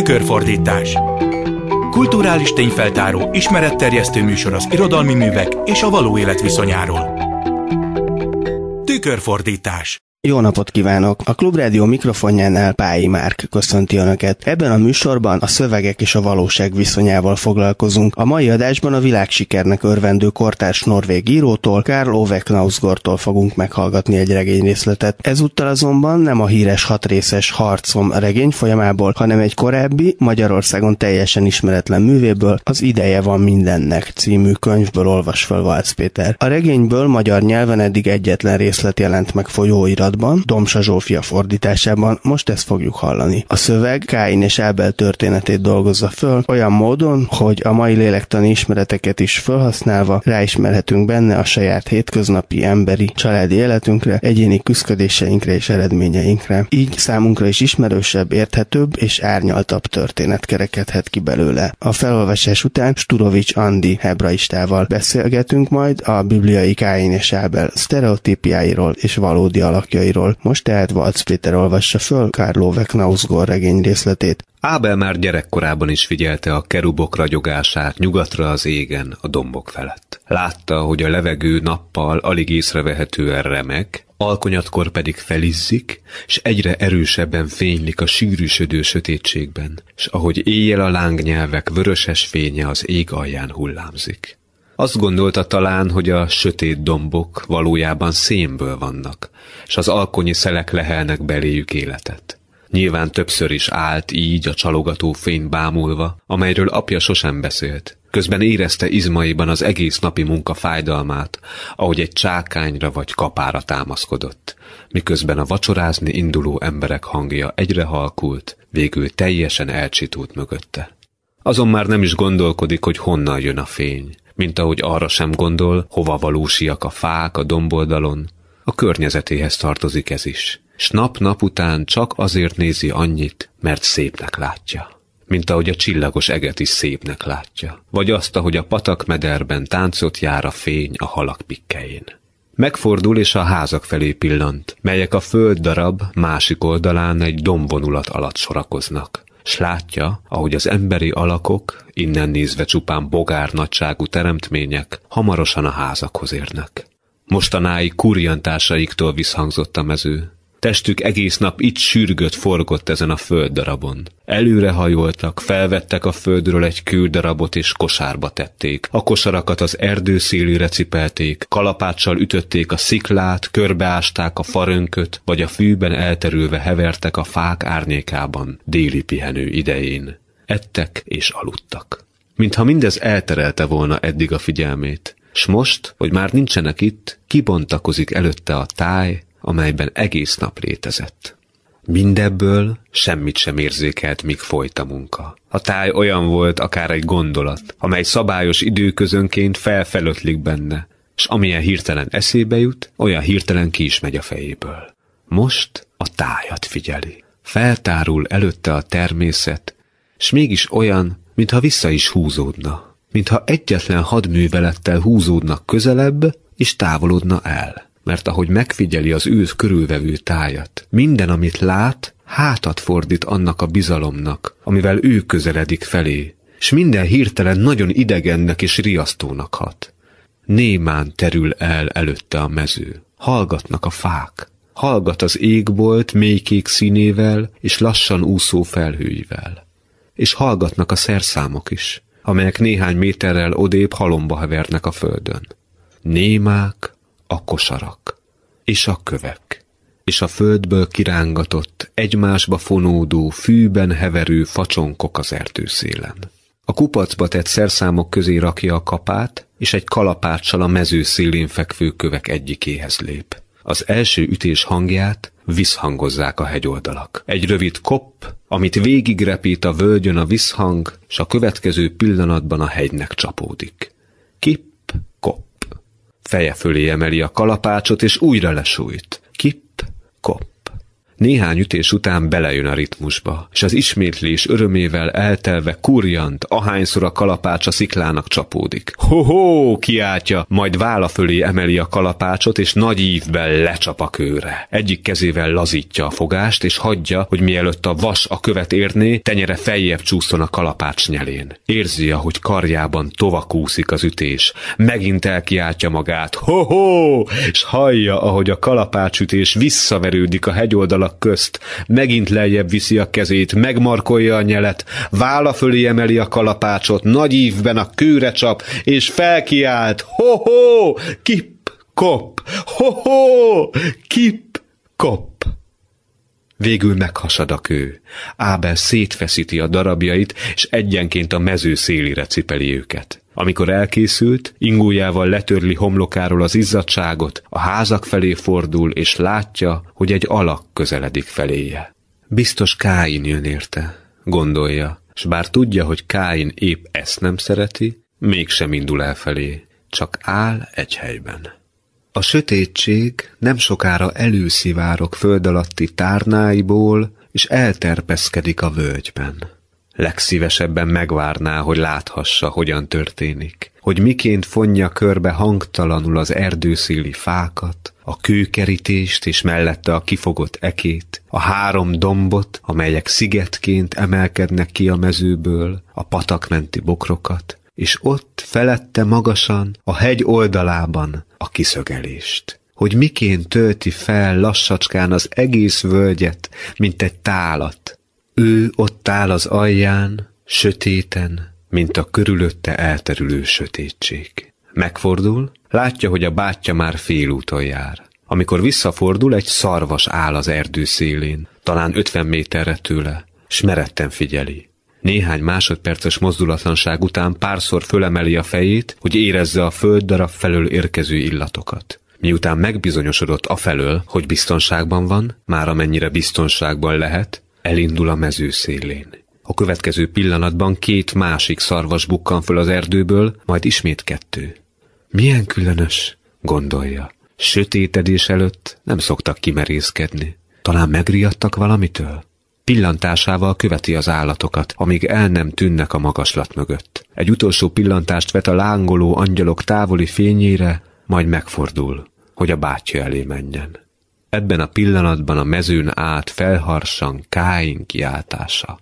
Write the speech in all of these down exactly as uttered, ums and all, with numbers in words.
Tükörfordítás. Kulturális tényfeltáró, ismeretterjesztő műsor az irodalmi művek és a való élet viszonyáról. Tükörfordítás. Jó napot kívánok! A Klubrádió mikrofonjánál Pályi Márk köszönti Önöket. Ebben a műsorban a szövegek és a valóság viszonyával foglalkozunk. A mai adásban a világsikernek örvendő kortárs norvég írótól, Karl Ove Knausgårdtól fogunk meghallgatni egy regényrészletet. Ezúttal azonban nem a híres hatrészes Harcom regény folyamából, hanem egy korábbi, Magyarországon teljesen ismeretlen művéből, az Ideje van mindennek című könyvből olvas fel Valc Péter. A regényből magyar nyelven eddig egyetlen részlet jelent meg folyóirat, Domsa Zsófia fordításában, most ezt fogjuk hallani. A szöveg Káin és Ábel történetét dolgozza föl, olyan módon, hogy a mai lélektani ismereteket is felhasználva ráismerhetünk benne a saját hétköznapi, emberi, családi életünkre, egyéni küszködéseinkre és eredményeinkre. Így számunkra is ismerősebb, érthetőbb és árnyaltabb történet kerekedhet ki belőle. A felolvasás után Sturovics Andi hebraistával beszélgetünk majd a bibliai Káin és Ábel sztereotípiáiról és valódi alakjairól. Most tehát Valc Péter olvassa föl Karl Ove Knausgård regény részletét. Ábel már gyerekkorában is figyelte a kerubok ragyogását nyugatra az égen, a dombok felett. Látta, hogy a levegő nappal alig észrevehetően remeg, alkonyatkor pedig felizzik, és egyre erősebben fénylik a sűrűsödő sötétségben, és ahogy éjjel a lángnyelvek vöröses fénye az ég alján hullámzik. Azt gondolta talán, hogy a sötét dombok valójában szénből vannak, és az alkonyi szelek lehelnek beléjük életet. Nyilván többször is állt így a csalogató fény bámulva, amelyről apja sosem beszélt. Közben érezte izmaiban az egész napi munka fájdalmát, ahogy egy csákányra vagy kapára támaszkodott, miközben a vacsorázni induló emberek hangja egyre halkult, végül teljesen elcsitult mögötte. Azon már nem is gondolkodik, hogy honnan jön a fény, mint ahogy arra sem gondol, hova valósiak a fák a domboldalon. A környezetéhez tartozik ez is, s nap-nap után csak azért nézi annyit, mert szépnek látja. Mint ahogy a csillagos eget is szépnek látja, vagy azt, ahogy a patakmederben táncot jár a fény a halak pikkelyén. Megfordul és a házak felé pillant, melyek a földdarab másik oldalán egy dombvonulat alatt sorakoznak, s látja, ahogy az emberi alakok, innen nézve csupán bogár nagyságú teremtmények, hamarosan a házakhoz érnek. Mostanáig kurjantásaiktól visszhangzott a mező. Testük egész nap itt sürgött, forgott ezen a földdarabon. Előrehajoltak, felvettek a földről egy kődarabot és kosárba tették. A kosarakat az erdő szélére cipelték, kalapáccsal ütötték a sziklát, körbeásták a farönköt, vagy a fűben elterülve hevertek a fák árnyékában déli pihenő idején. Ettek és aludtak. Mintha mindez elterelte volna eddig a figyelmét. S most, hogy már nincsenek itt, kibontakozik előtte a táj, amelyben egész nap létezett. Mindebből semmit sem érzékelt, míg folyt a munka. A táj olyan volt, akár egy gondolat, amely szabályos időközönként felfelötlik benne, s amilyen hirtelen eszébe jut, olyan hirtelen ki is megy a fejéből. Most a tájat figyeli. Feltárul előtte a természet, s mégis olyan, mintha vissza is húzódna. Mintha egyetlen hadművelettel húzódnak közelebb, és távolodna el. Mert ahogy megfigyeli az őt körülvevő tájat, minden, amit lát, hátat fordít annak a bizalomnak, amivel ő közeledik felé, s minden hirtelen nagyon idegennek és riasztónak hat. Némán terül el előtte a mező. Hallgatnak a fák. Hallgat az égbolt mélykék színével és lassan úszó felhőivel. És hallgatnak a szerszámok is, amelyek néhány méterrel odébb halomba hevernek a földön. Némák a kosarak, és a kövek, és a földből kirángatott, egymásba fonódó, fűben heverő facsonkok az erdőszélen. A kupacba tett szerszámok közé rakja a kapát, és egy kalapáccsal a mező szélén fekvő kövek egyikéhez lép. Az első ütés hangját visszhangozzák a hegyoldalak. Egy rövid kopp, amit végigrepít a völgyön a visszhang, s a következő pillanatban a hegynek csapódik. Kipp, kopp. Feje fölé emeli a kalapácsot, és újra lesújt. Kipp, kopp. Néhány ütés után belejön a ritmusba, és az ismétlés örömével eltelve kurjant, ahányszor a kalapács a sziklának csapódik. Ho-ho! Kiáltja, majd válla fölé emeli a kalapácsot, és nagy ívben lecsap a kőre. Egyik kezével lazítja a fogást, és hagyja, hogy mielőtt a vas a követ érné, tenyere feljebb csúszson a kalapács nyelén. Érzi, ahogy karjában tovakúszik az ütés. Megint elkiáltja magát. Ho-ho! És hallja, ahogy a kalapácsütés visszaverődik a hegyoldalak közt. Megint lejjebb viszi a kezét, megmarkolja a nyelet, válla fölé emeli a kalapácsot, nagy ívben a kőre csap, és felkiált. Ho-ho! Kip-kop! Ho-ho! Kip-kop! Végül meghasad a kő. Ábel szétfeszíti a darabjait, és egyenként a mező szélére cipeli őket. Amikor elkészült, ingójával letörli homlokáról az izzadságot, a házak felé fordul, és látja, hogy egy alak közeledik feléje. Biztos Káin jön érte, gondolja, s bár tudja, hogy Káin épp ezt nem szereti, mégsem indul el felé, csak áll egy helyben. A sötétség nem sokára előszivárog föld alatti tárnáiból, és elterpeszkedik a völgyben. Legszívesebben megvárná, hogy láthassa, hogyan történik, hogy miként fonja körbe hangtalanul az erdőszéli fákat, a kőkerítést és mellette a kifogott ekét, a három dombot, amelyek szigetként emelkednek ki a mezőből, a patakmenti bokrokat, és ott felette magasan, a hegy oldalában a kiszögelést. Hogy miként tölti fel lassacskán az egész völgyet, mint egy tálat. Ő ott áll az alján, sötéten, mint a körülötte elterülő sötétség. Megfordul, látja, hogy a bátyja már félúton jár. Amikor visszafordul, egy szarvas áll az erdő szélén, talán ötven méterre tőle, s meretten figyeli. Néhány másodperces mozdulatlanság után párszor fölemeli a fejét, hogy érezze a földdarab felől érkező illatokat. Miután megbizonyosodott afelől, hogy biztonságban van, már amennyire biztonságban lehet, elindul a mező szélén. A következő pillanatban két másik szarvas bukkan föl az erdőből, majd ismét kettő. Milyen különös, gondolja. Sötétedés előtt nem szoktak kimerészkedni. Talán megriadtak valamitől? Pillantásával követi az állatokat, amíg el nem tűnnek a magaslat mögött. Egy utolsó pillantást vet a lángoló angyalok távoli fényére, majd megfordul, hogy a bátyja elé menjen. Ebben a pillanatban a mezőn át felharsan Káin kiáltása.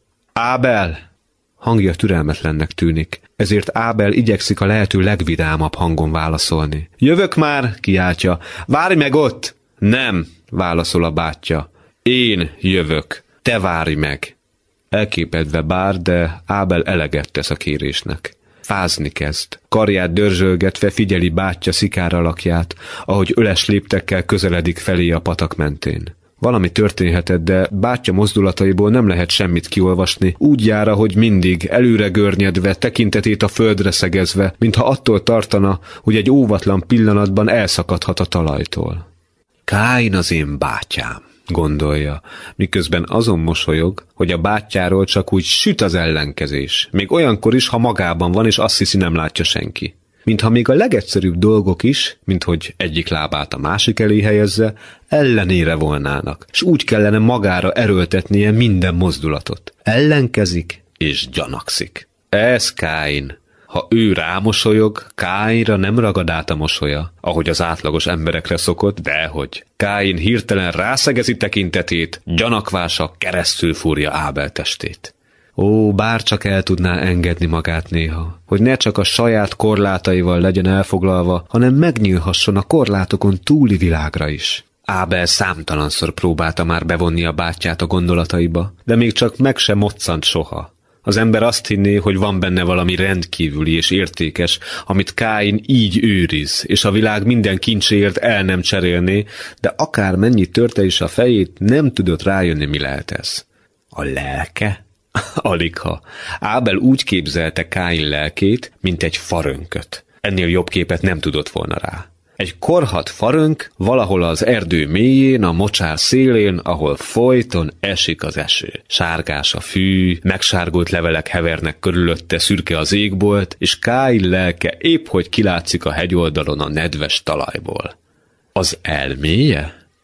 Ábel! Hangja türelmetlennek tűnik, ezért Ábel igyekszik a lehető legvidámabb hangon válaszolni. Jövök már, kiáltja. Várj meg ott! Nem, válaszol a bátyja. Én jövök. Te várj meg! Elképedve bár, de Ábel eleget tesz a kérésnek. Fázni kezd. Karját dörzsölgetve figyeli bátyja szikár alakját, ahogy öles léptekkel közeledik felé a patak mentén. Valami történhetett, de bátyja mozdulataiból nem lehet semmit kiolvasni, úgy jár, ahogy mindig, előre görnyedve, tekintetét a földre szegezve, mintha attól tartana, hogy egy óvatlan pillanatban elszakadhat a talajtól. Káin az én bátyám, gondolja, miközben azon mosolyog, hogy a bátyjáról csak úgy süt az ellenkezés, még olyankor is, ha magában van, és azt hiszi, nem látja senki. Mintha még a legegyszerűbb dolgok is, mint hogy egyik lábát a másik elé helyezze, ellenére volnának, s úgy kellene magára erőltetnie minden mozdulatot. Ellenkezik és gyanakszik. Ez Káin. Ha ő rámosolyog, Káinra nem ragad át a mosolya, ahogy az átlagos emberekre szokott, dehogy. Káin hirtelen rászegezi tekintetét, gyanakvása keresztül fúrja Ábel testét. Ó, bárcsak el tudná engedni magát néha, hogy ne csak a saját korlátaival legyen elfoglalva, hanem megnyílhasson a korlátokon túli világra is. Ábel számtalanszor próbálta már bevonni a bátyját a gondolataiba, de még csak meg sem moccant soha. Az ember azt hinné, hogy van benne valami rendkívüli és értékes, amit Káin így őriz, és a világ minden kincséért el nem cserélné, de akár mennyit törte is a fejét, nem tudott rájönni, mi lehet ez. A lelke? Aligha. Ábel úgy képzelte Káin lelkét, mint egy farönköt. Ennél jobb képet nem tudott volna rá. Egy korhadt farönk valahol az erdő mélyén, a mocsár szélén, ahol folyton esik az eső. Sárgás a fű, megsárgult levelek hevernek körülötte, szürke az égbolt, és Káin lelke épp hogy kilátszik a hegyoldalon a nedves talajból. Az elméje?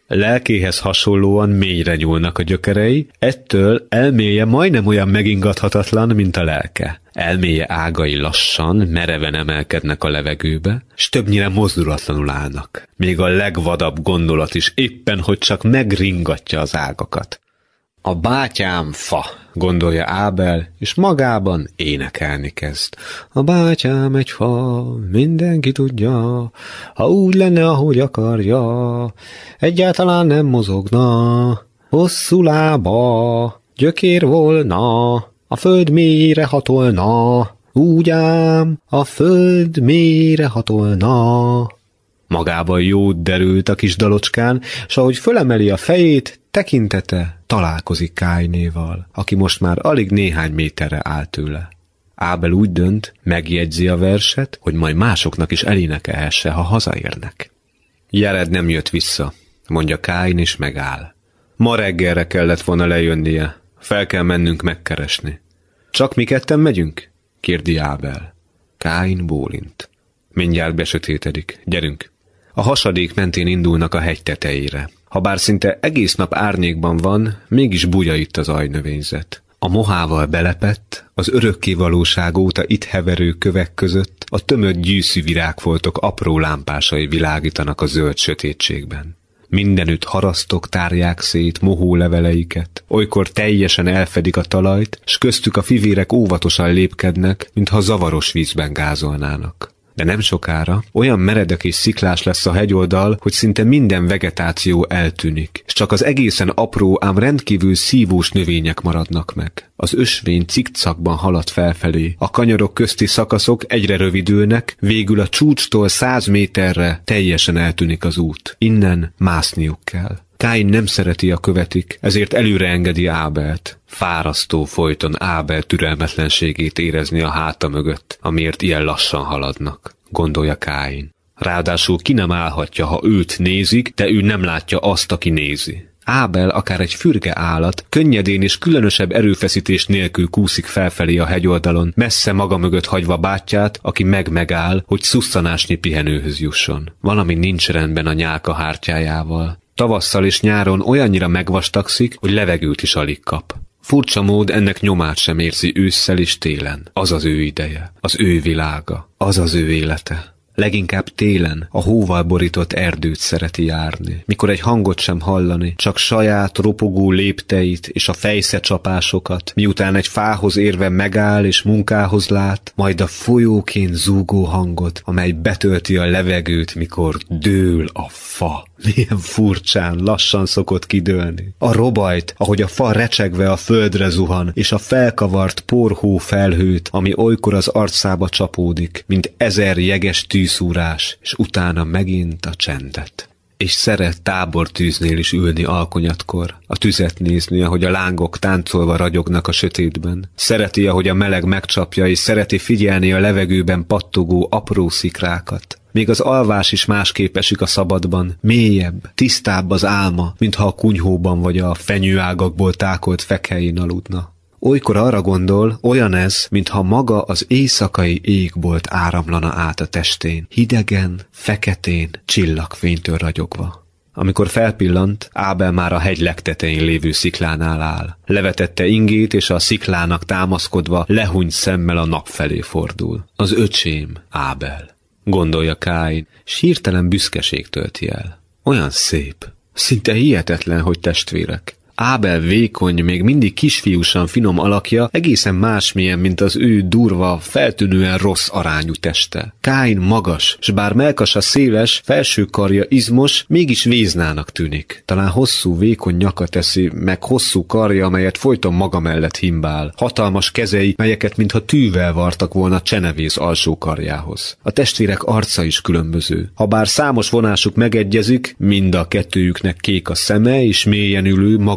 Lelkéhez hasonlóan mélyre nyúlnak a gyökerei, ettől elméje majdnem olyan megingathatatlan, mint a lelke. Elméje ágai lassan, mereven emelkednek a levegőbe, s többnyire mozdulatlanul állnak. Még a legvadabb gondolat is éppen, hogy csak megringatja az ágakat. A bátyám fa, gondolja Ábel, és magában énekelni kezd. A bátyám egy fa, mindenki tudja, ha úgy lenne, ahogy akarja, egyáltalán nem mozogna, hosszú lába, gyökér volna, a föld mélyre hatolna, úgy ám, a föld mélyre hatolna. Magában jót derült a kis dalocskán, s ahogy fölemeli a fejét, tekintete találkozik Káinéval, aki most már alig néhány méterre áll tőle. Ábel úgy dönt, megjegyzi a verset, hogy majd másoknak is elénekelhesse, ha hazaérnek. Jared nem jött vissza, mondja Káin, és megáll. Ma reggelre kellett volna lejönnie, fel kell mennünk megkeresni. Csak mi ketten megyünk? Kérdi Ábel. Káin bólint. Mindjárt besötétedik, gyerünk. A hasadék mentén indulnak a hegy tetejére. Habár szinte egész nap árnyékban van, mégis bújja itt az ajnövényzet. A mohával belepett, az örökké valóság óta itt heverő kövek között a tömött gyűszű virágfoltok apró lámpásai világítanak a zöld sötétségben. Mindenütt harasztok tárják szét mohó leveleiket, olykor teljesen elfedik a talajt, s köztük a fivérek óvatosan lépkednek, mintha zavaros vízben gázolnának. De nem sokára olyan meredek és sziklás lesz a hegyoldal, hogy szinte minden vegetáció eltűnik, és csak az egészen apró, ám rendkívül szívós növények maradnak meg. Az ösvény cikcakban halad felfelé, a kanyarok közti szakaszok egyre rövidülnek, végül a csúcstól száz méterre teljesen eltűnik az út. Innen mászniuk kell. Káin nem szereti, a követik, ezért előre engedi Ábelt. Fárasztó folyton Ábel türelmetlenségét érezni a háta mögött, amiért ilyen lassan haladnak, gondolja Káin. Ráadásul ki nem állhatja, ha őt nézik, de ő nem látja azt, aki nézi. Ábel, akár egy fürge állat, könnyedén és különösebb erőfeszítés nélkül kúszik felfelé a hegyoldalon, messze maga mögött hagyva bátyját, aki meg-megáll, hogy szusszanásnyi pihenőhöz jusson. Valami nincs rendben a nyálka hártyájával. Tavasszal és nyáron olyannyira megvastagszik, hogy levegőt is alig kap. Furcsa mód ennek nyomát sem érzi ősszel és télen. Az az ő ideje, az ő világa, az az ő élete. Leginkább télen a hóval borított erdőt szereti járni, mikor egy hangot sem hallani, csak saját ropogó lépteit és a fejszecsapásokat, miután egy fához érve megáll és munkához lát, majd a folyóként zúgó hangot, amely betölti a levegőt, mikor dől a fa. Milyen furcsán, lassan szokott kidőlni. A robajt, ahogy a fa recsegve a földre zuhan, és a felkavart porhó felhőt, ami olykor az arcába csapódik, mint ezer jeges tűszúrás, és utána megint a csendet. És szeret tábortűznél is ülni alkonyatkor, a tüzet nézni, ahogy a lángok táncolva ragyognak a sötétben. Szereti, ahogy a meleg megcsapja, és szereti figyelni a levegőben pattogó apró szikrákat. Még az alvás is másképp esik a szabadban, mélyebb, tisztább az álma, mintha a kunyhóban vagy a fenyőágakból tákolt fekhelyén aludna. Olykor arra gondol, olyan ez, mintha maga az éjszakai égbolt áramlana át a testén, hidegen, feketén, csillagfénytől ragyogva. Amikor felpillant, Ábel már a hegy legtetején lévő sziklánál áll. Levetette ingét, és a sziklának támaszkodva lehúnyt szemmel a nap felé fordul. Az öcsém, Ábel, gondolja Káin, s hirtelen büszkeség tölti el. Olyan szép, szinte hihetetlen, hogy testvérek. Ábel vékony, még mindig kisfiúsan finom alakja egészen másmilyen, mint az ő durva, feltűnően rossz arányú teste. Káin magas, s bár mellkasa széles, felső karja izmos, mégis véznának tűnik. Talán hosszú, vékony nyaka teszi, meg hosszú karja, amelyet folyton maga mellett himbál. Hatalmas kezei, melyeket mintha tűvel vartak volna csenevész alsó karjához. A testvérek arca is különböző. Habár számos vonásuk megegyezik, mind a kettőjüknek kék a szeme, és mélyen ülő, magas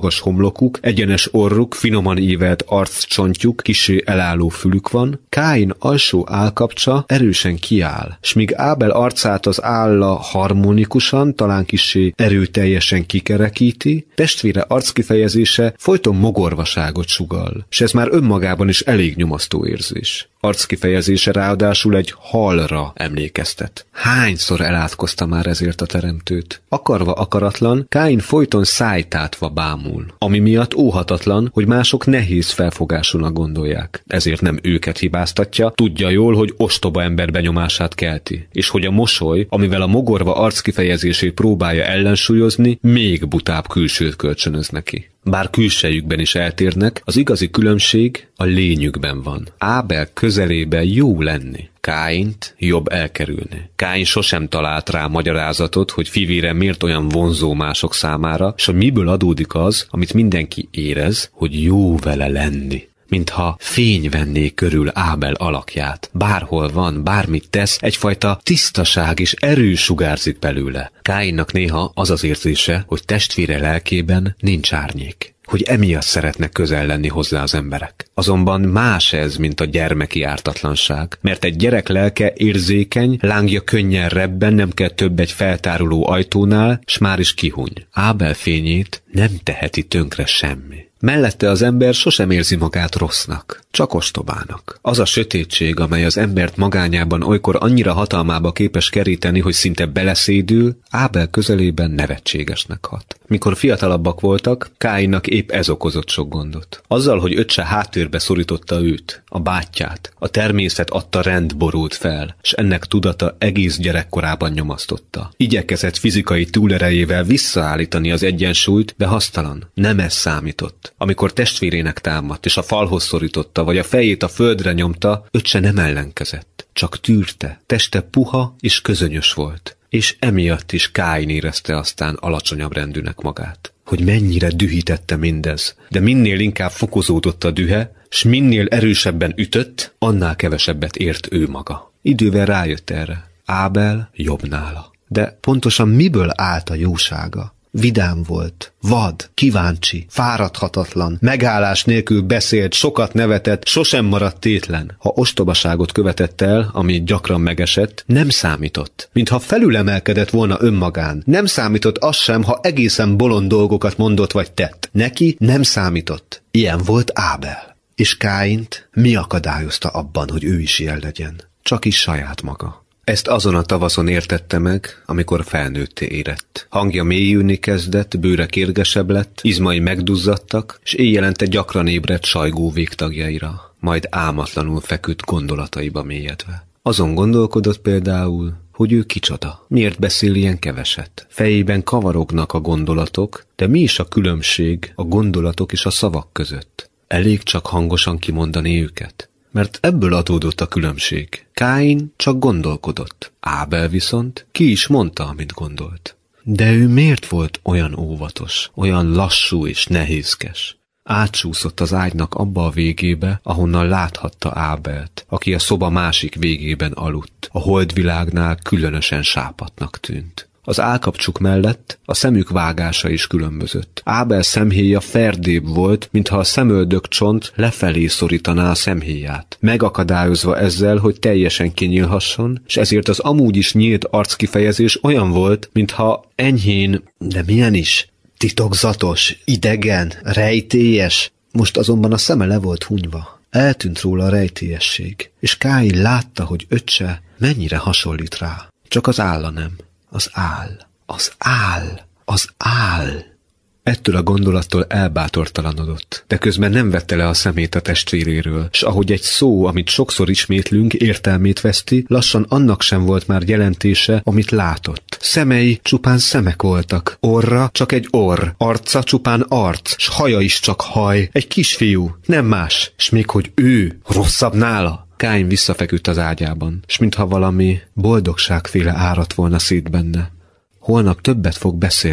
magas homlokuk, egyenes orruk, finoman ívelt arccsontjuk, kissé elálló fülük van, Káin alsó állkapcsa erősen kiáll, s míg Ábel arcát az álla harmonikusan, talán kissé erőteljesen kikerekíti, testvére arckifejezése folyton mogorvaságot sugall, s ez már önmagában is elég nyomasztó érzés. Arckifejezése ráadásul egy halra emlékeztet. Hányszor elátkozta már ezért a teremtőt? Akarva akaratlan, Káin folyton szájtátva bámul, ami miatt óhatatlan, hogy mások nehéz felfogásúnak gondolják. Ezért nem őket hibáztatja, tudja jól, hogy ostoba ember benyomását kelti, és hogy a mosoly, amivel a mogorva arckifejezését próbálja ellensúlyozni, még butább külsőt kölcsönöz neki. Bár külsejükben is eltérnek, az igazi különbség a lényükben van. Ábel közelében jó lenni, Káint jobb elkerülni. Káin sosem talált rá magyarázatot, hogy fivére miért olyan vonzó mások számára, s hogy miből adódik az, amit mindenki érez, hogy jó vele lenni. Mintha fény venné körül Ábel alakját. Bárhol van, bármit tesz, egyfajta tisztaság és erő sugárzik belőle. Káinnak néha az az érzése, hogy testvére lelkében nincs árnyék, hogy emiatt szeretnek közel lenni hozzá az emberek. Azonban más ez, mint a gyermeki ártatlanság, mert egy gyerek lelke érzékeny, lángja könnyen rebben, nem kell több egy feltáruló ajtónál, s már is kihuny. Ábel fényét nem teheti tönkre semmi. Mellette az ember sosem érzi magát rossznak, csak ostobának. Az a sötétség, amely az embert magányában olykor annyira hatalmába képes keríteni, hogy szinte beleszédül, Ábel közelében nevetségesnek hat. Mikor fiatalabbak voltak, Káinnak épp ez okozott sok gondot. Azzal, hogy öccse háttérbe szorította őt, a bátyját, a természet adta rend borult fel, s ennek tudata egész gyerekkorában nyomasztotta. Igyekezett fizikai túlerejével visszaállítani az egyensúlyt, de hasztalan, nem ez számított. Amikor testvérének támadt, és a falhoz szorította, vagy a fejét a földre nyomta, öccse nem ellenkezett, csak tűrte, teste puha és közönyös volt, és emiatt is Káin érezte aztán alacsonyabb rendűnek magát. Hogy mennyire dühítette mindez, de minél inkább fokozódott a dühe, s minél erősebben ütött, annál kevesebbet ért ő maga. Idővel rájött erre, Ábel jobb nála. De pontosan miből állt a jósága? Vidám volt, vad, kíváncsi, fáradhatatlan, megállás nélkül beszélt, sokat nevetett, sosem maradt tétlen. Ha ostobaságot követett el, ami gyakran megesett, nem számított, mintha felülemelkedett volna önmagán. Nem számított az sem, ha egészen bolond dolgokat mondott vagy tett. Neki nem számított. Ilyen volt Ábel. És Káint mi akadályozta abban, hogy ő is ilyen legyen? Csak is saját maga. Ezt azon a tavaszon értette meg, amikor felnőtté érett. Hangja mélyülni kezdett, bőre kérgesebb lett, izmai megduzzadtak, s éjjelente gyakran ébredt sajgó végtagjaira, majd álmatlanul feküdt gondolataiba mélyedve. Azon gondolkodott például, hogy ő kicsoda. Miért beszél ilyen keveset? Fejében kavarognak a gondolatok, de mi is a különbség a gondolatok és a szavak között? Elég csak hangosan kimondani őket. Mert ebből adódott a különbség. Káin csak gondolkodott. Ábel viszont ki is mondta, amit gondolt. De ő miért volt olyan óvatos, olyan lassú és nehézkes? Átsúszott az ágynak abba a végébe, ahonnan láthatta Ábelt, aki a szoba másik végében aludt. A holdvilágnál különösen sápadtnak tűnt. Az állkapcsuk mellett a szemük vágása is különbözött. Ábel szemhéja ferdébb volt, mintha a szemöldök csont lefelé szorítaná a szemhéját, megakadályozva ezzel, hogy teljesen kinyílhasson, és ezért az amúgy is nyílt arckifejezés olyan volt, mintha enyhén, de milyen is, titokzatos, idegen, rejtélyes. Most azonban a szeme le volt hunyva. Eltűnt róla a rejtélyesség, és Káin látta, hogy öccse mennyire hasonlít rá. Csak az álla nem. Az áll, az áll, az áll. Ettől a gondolattól elbátortalanodott, de közben nem vette le a szemét a testvéréről, s ahogy egy szó, amit sokszor ismétlünk, értelmét veszti, lassan annak sem volt már jelentése, amit látott. Szemei csupán szemek voltak, orra csak egy orr, arca csupán arc, s haja is csak haj, egy kisfiú, nem más, s még hogy ő rosszabb nála. Káin visszafeküdt az ágyában, s mintha valami boldogságféle áradt volna szét benne. Holnap többet fog beszélni.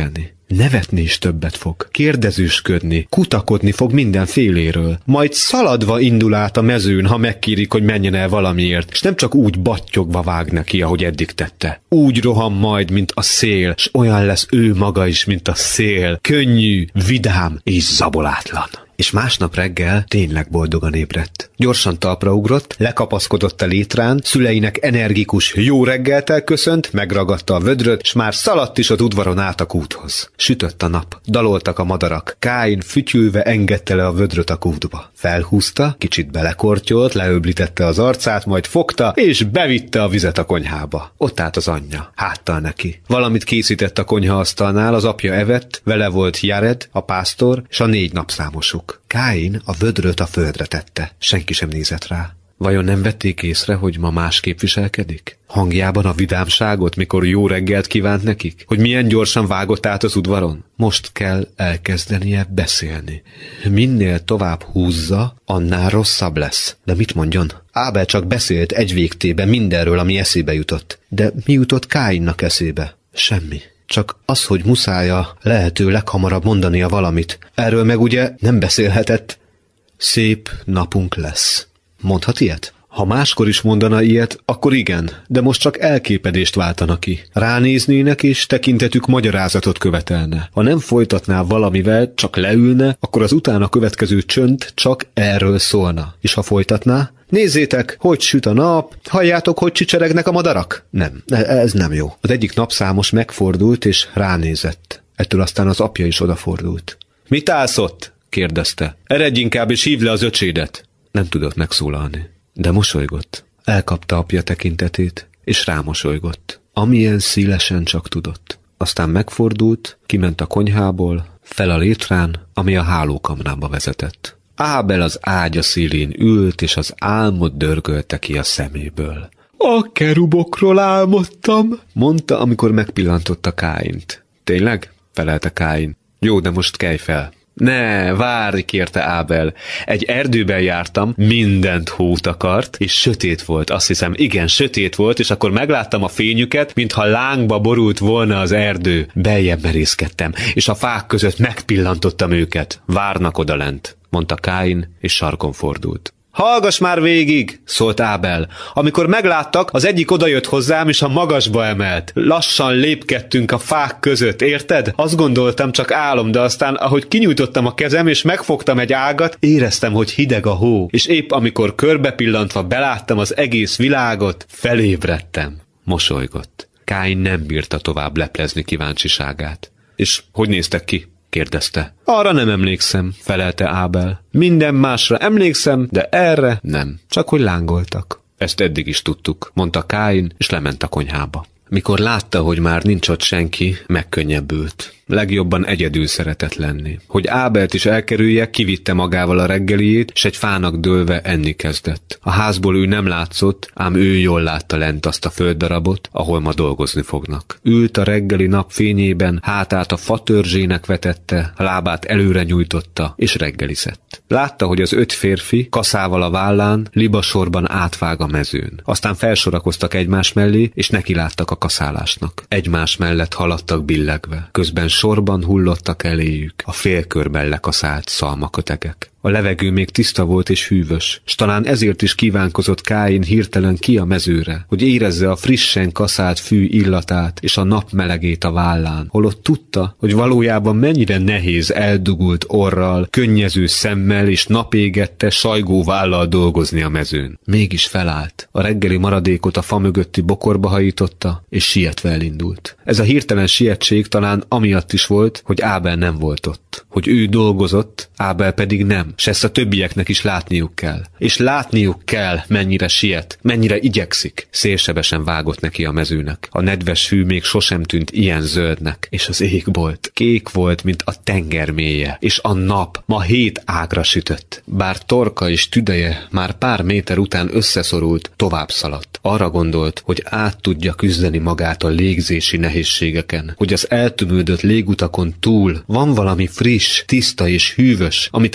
Nevetni is többet fog, kérdezősködni, kutakodni fog mindenféléről. Majd szaladva indul át a mezőn, ha megkérik, hogy menjen el valamiért, és nem csak úgy battyogva vág neki, ahogy eddig tette. Úgy rohan majd, mint a szél, s olyan lesz ő maga is, mint a szél. Könnyű, vidám és zabolátlan. És másnap reggel tényleg boldogan ébredt. Gyorsan talpra ugrott, lekapaszkodott a létrán, szüleinek energikus jó reggeltel köszönt, megragadta a vödröt, s már szaladt is az udvaron át a kúthoz. Sütött a nap, daloltak a madarak. Káin fütyülve engedte le a vödröt a kútba. Felhúzta, kicsit belekortyolt, leöblítette az arcát, majd fogta, és bevitte a vizet a konyhába. Ott állt az anyja, háttal neki. Valamit készített a konyhaasztalnál, az apja evett, vele volt Jared, a pásztor, s a négy napszámosuk. Káin a vödröt a földre tette. Senki sem nézett rá. Vajon nem vették észre, hogy ma másképp viselkedik? Hangjában a vidámságot, mikor jó reggelt kívánt nekik? Hogy milyen gyorsan vágott át az udvaron? Most kell elkezdenie beszélni. Minél tovább húzza, annál rosszabb lesz. De mit mondjon? Ábel csak beszélt egy végtében mindenről, ami eszébe jutott. De mi jutott Káinnak eszébe? Semmi. Csak az, hogy muszája lehető leghamarabb mondania valamit. Erről meg ugye nem beszélhetett. Szép napunk lesz. Mondhat ilyet? Ha máskor is mondana ilyet, akkor igen, de most csak elképedést váltana ki. Ránéznének, és tekintetük magyarázatot követelne. Ha nem folytatná valamivel, csak leülne, akkor az utána következő csönd csak erről szólna. És ha folytatná? Nézzétek, hogy süt a nap, halljátok, hogy csicseregnek a madarak? Nem, ez nem jó. Az egyik napszámos megfordult, és ránézett. Ettől aztán az apja is odafordult. Mit állsz ott? Kérdezte. Eredj inkább, és hívd le az öcsédet. Nem tudott megszólalni, de mosolygott. Elkapta apja tekintetét, és rámosolygott. Amilyen szélesen csak tudott. Aztán megfordult, kiment a konyhából, fel a létrán, ami a hálókamrába vezetett. Ábel az ágya szélén ült, és az álmod dörgölte ki a szeméből. A kerubokról álmodtam, mondta, amikor megpillantotta Káint. Tényleg? Felelte Káin. Jó, de most kelj fel. Ne, várj, kérte Ábel. Egy erdőben jártam, mindent hót akart, és sötét volt, azt hiszem, igen, sötét volt, és akkor megláttam a fényüket, mintha lángba borult volna az erdő. Beljebb merészkedtem, és a fák között megpillantottam őket. Várnak odalent, mondta Káin, és sarkon fordult. Hallgass már végig, szólt Ábel. Amikor megláttak, az egyik odajött hozzám, és a magasba emelt. Lassan lépkedtünk a fák között, érted? Azt gondoltam, csak álom, de aztán, ahogy kinyújtottam a kezem, és megfogtam egy ágat, éreztem, hogy hideg a hó, és épp amikor körbepillantva beláttam az egész világot, felébredtem. Mosolygott. Káin nem bírta tovább leplezni kíváncsiságát. És hogy néztek ki? Kérdezte. Arra nem emlékszem, felelte Ábel. Minden másra emlékszem, de erre nem. Csak hogy lángoltak. Ezt eddig is tudtuk, mondta Káin, és lement a konyhába. Mikor látta, hogy már nincs ott senki, megkönnyebbült. Legjobban egyedül szeretett lenni. Hogy Ábelt is elkerülje, kivitte magával a reggeliét, s egy fának dőlve enni kezdett. A házból ő nem látszott, ám ő jól látta lent azt a földdarabot, ahol ma dolgozni fognak. Ült a reggeli nap fényében, hátát a fatörzsének vetette, a lábát előre nyújtotta, és reggelizett. Látta, hogy az öt férfi, kaszával a vállán, libasorban átvág a mezőn. Aztán felsorakoztak egymás mellé, és nekiláttak a kaszálásnak. Egymás mellett haladtak billegve. Közben sorban hullottak eléjük a félkörben lekaszált szalmakötegek. A levegő még tiszta volt és hűvös, s talán ezért is kívánkozott Káin hirtelen ki a mezőre, hogy érezze a frissen kaszált fű illatát és a nap melegét a vállán, holott tudta, hogy valójában mennyire nehéz eldugult orral, könnyező szemmel és napégette sajgó vállal dolgozni a mezőn. Mégis felállt, a reggeli maradékot a fa mögötti bokorba hajította, és sietve elindult. Ez a hirtelen sietség talán amiatt is volt, hogy Ábel nem volt ott, hogy ő dolgozott, Ábel pedig nem. S ezt a többieknek is látniuk kell. És látniuk kell, mennyire siet, mennyire igyekszik. Szélsebesen vágott neki a mezőnek. A nedves hű még sosem tűnt ilyen zöldnek. És az égbolt kék volt, mint a tenger mélye. És a nap ma hét ágra sütött. Bár torka és tüdeje már pár méter után összeszorult, tovább szaladt. Arra gondolt, hogy át tudja küzdeni magát a légzési nehézségeken. Hogy az eltömődött légutakon túl van valami friss, tiszta és hűvös, amit el tud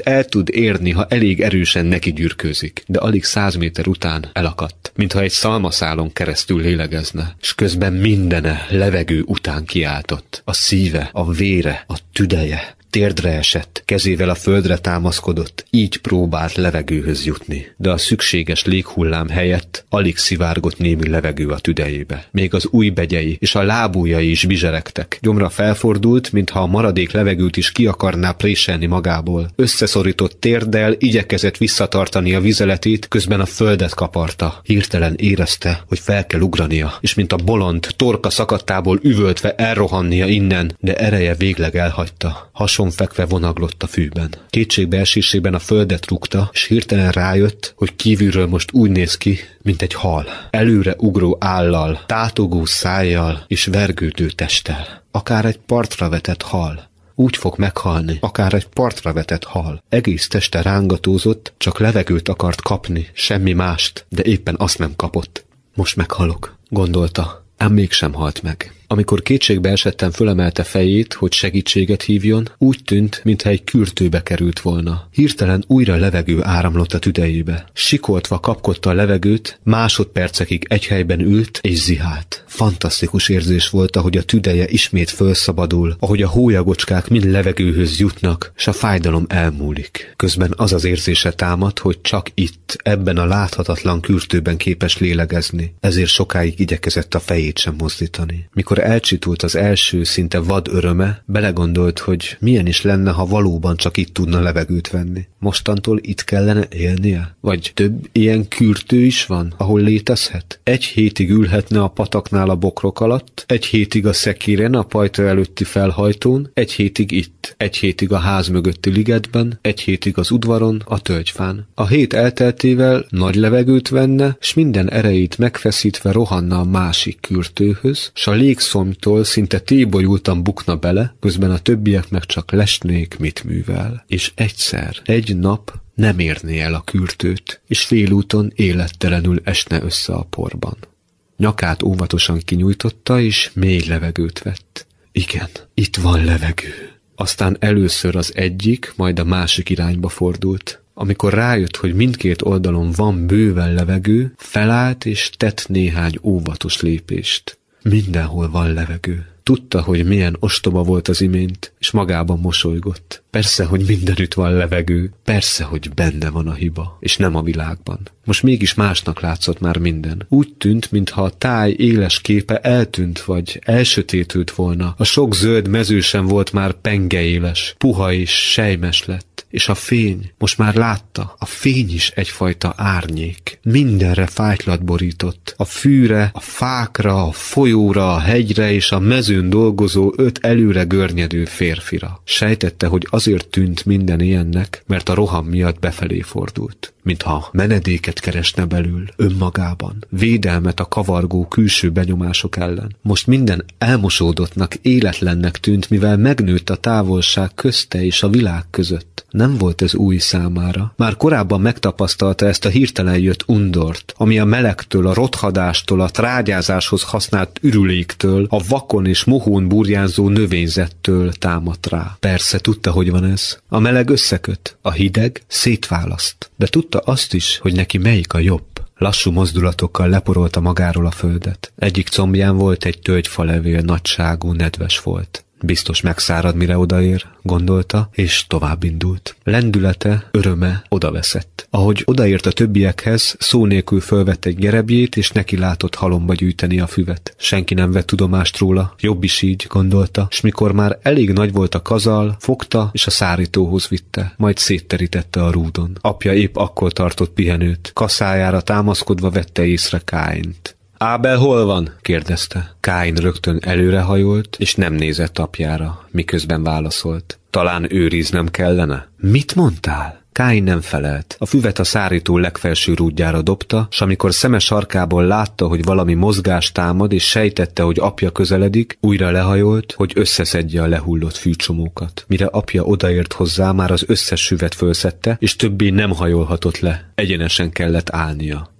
tud érni, ha elég erősen neki gyürkőzik, de alig száz méter után elakadt, mintha egy szalmaszálon keresztül lélegezne, s közben mindene levegő után kiáltott. A szíve, a vére, a tüdeje. Térdre esett, kezével a földre támaszkodott, így próbált levegőhöz jutni. De a szükséges léghullám helyett alig szivárgott némi levegő a tüdejébe. Még az ujjbegyei és a lábujjai is bizseregtek. Gyomra felfordult, mintha a maradék levegőt is ki akarná préselni magából. Összeszorított térddel igyekezett visszatartani a vizeletét, közben a földet kaparta. Hirtelen érezte, hogy fel kell ugrania, és mint a bolond, torka szakadtából üvöltve elrohannia innen, de ereje végleg elhagyta. Hasonfekve vonaglott a fűben. Kétségbeesésében a földet rúgta, és hirtelen rájött, hogy kívülről most úgy néz ki, mint egy hal. Előre ugró állal, tátogó szájjal és vergődő testtel. Akár egy partra vetett hal. Úgy fog meghalni, akár egy partra vetett hal. Egész teste rángatózott, csak levegőt akart kapni, semmi mást, de éppen azt nem kapott. Most meghalok, gondolta, ám mégsem halt meg. Amikor kétségbe esetten fölemelte fejét, hogy segítséget hívjon, úgy tűnt, mintha egy kürtőbe került volna. Hirtelen újra levegő áramlott a tüdejébe. Sikoltva kapkodta a levegőt, másodpercekig egy helyben ült és zihált. Fantasztikus érzés volt, ahogy a tüdeje ismét fölszabadul, ahogy a hólyagocskák mind levegőhöz jutnak, s a fájdalom elmúlik. Közben az az érzése támad, hogy csak itt, ebben a láthatatlan kürtőben képes lélegezni. Ezért sokáig igyekezett a fejét sem mozdítani. Mikor elcsitult az első szinte vad öröme, belegondolt, hogy milyen is lenne, ha valóban csak itt tudna levegőt venni. Mostantól itt kellene élnie? Vagy több ilyen kürtő is van, ahol létezhet? Egy hétig ülhetne a pataknál a bokrok alatt, egy hétig a szekéren a pajta előtti felhajtón, egy hétig itt, egy hétig a ház mögötti ligetben, egy hétig az udvaron, a tölgyfán. A hét elteltével nagy levegőt venne, s minden erejét megfeszítve rohanna a másik kürtőhöz, s a légszomjtól szinte tébolyultan bukna bele, közben a többiek meg csak lesnék, mit művel. És egyszer, egy nap nem érné el a kürtőt, és félúton élettelenül esne össze a porban. Nyakát óvatosan kinyújtotta, és mély levegőt vett. Igen, itt van levegő. Aztán először az egyik, majd a másik irányba fordult. Amikor rájött, hogy mindkét oldalon van bőven levegő, felállt és tett néhány óvatos lépést. Mindenhol van levegő. Tudta, hogy milyen ostoba volt az imént, és magában mosolygott. Persze, hogy mindenütt van levegő, persze, hogy benne van a hiba, és nem a világban. Most mégis másnak látszott már minden. Úgy tűnt, mintha a táj éles képe eltűnt, vagy elsötétült volna. A sok zöld mező sem volt már pengeéles, puha és sejmes lett. És a fény, most már látta, a fény is egyfajta árnyék. Mindenre fájtlat borított. A fűre, a fákra, a folyóra, a hegyre és a mezőn dolgozó öt előre görnyedő férfira. Sejtette, hogy azért tűnt minden ilyennek, mert a roham miatt befelé fordult. Mintha menedéket keresne belül, önmagában, védelmet a kavargó külső benyomások ellen. Most minden elmosódottnak, életlennek tűnt, mivel megnőtt a távolság közte és a világ között. Nem volt ez új számára. Már korábban megtapasztalta ezt a hirtelen jött undort, ami a melegtől, a rothadástól, a trágyázáshoz használt ürüléktől, a vakon és mohón burjánzó növényzettől támadt rá. Persze tudta, hogy van ez. A meleg összeköt, a hideg szétválaszt. De tudta azt is, hogy neki melyik a jobb. Lassú mozdulatokkal leporolta magáról a földet. Egyik combján volt egy tölgyfalevél nagyságú, nedves volt. Biztos megszárad, mire odaér, gondolta, és tovább indult. Lendülete, öröme odaveszett. Ahogy odaért a többiekhez, szó nélkül fölvett egy gerebjét, és neki látott halomba gyűjteni a füvet. Senki nem vett tudomást róla, jobb is így, gondolta, s mikor már elég nagy volt a kazal, fogta, és a szárítóhoz vitte, majd szétterítette a rúdon. Apja épp akkor tartott pihenőt. Kaszájára támaszkodva vette észre Káint. Ábel hol van? kérdezte. Káin rögtön előrehajolt, és nem nézett apjára, miközben válaszolt. Talán őriznem kellene? Mit mondtál? Káin nem felelt. A füvet a szárító legfelső rúdjára dobta, s amikor szeme sarkából látta, hogy valami mozgás támad, és sejtette, hogy apja közeledik, újra lehajolt, hogy összeszedje a lehullott fűcsomókat. Mire apja odaért hozzá, már az összes füvet fölszedte, és többé nem hajolhatott le. Egyenesen kellett állnia.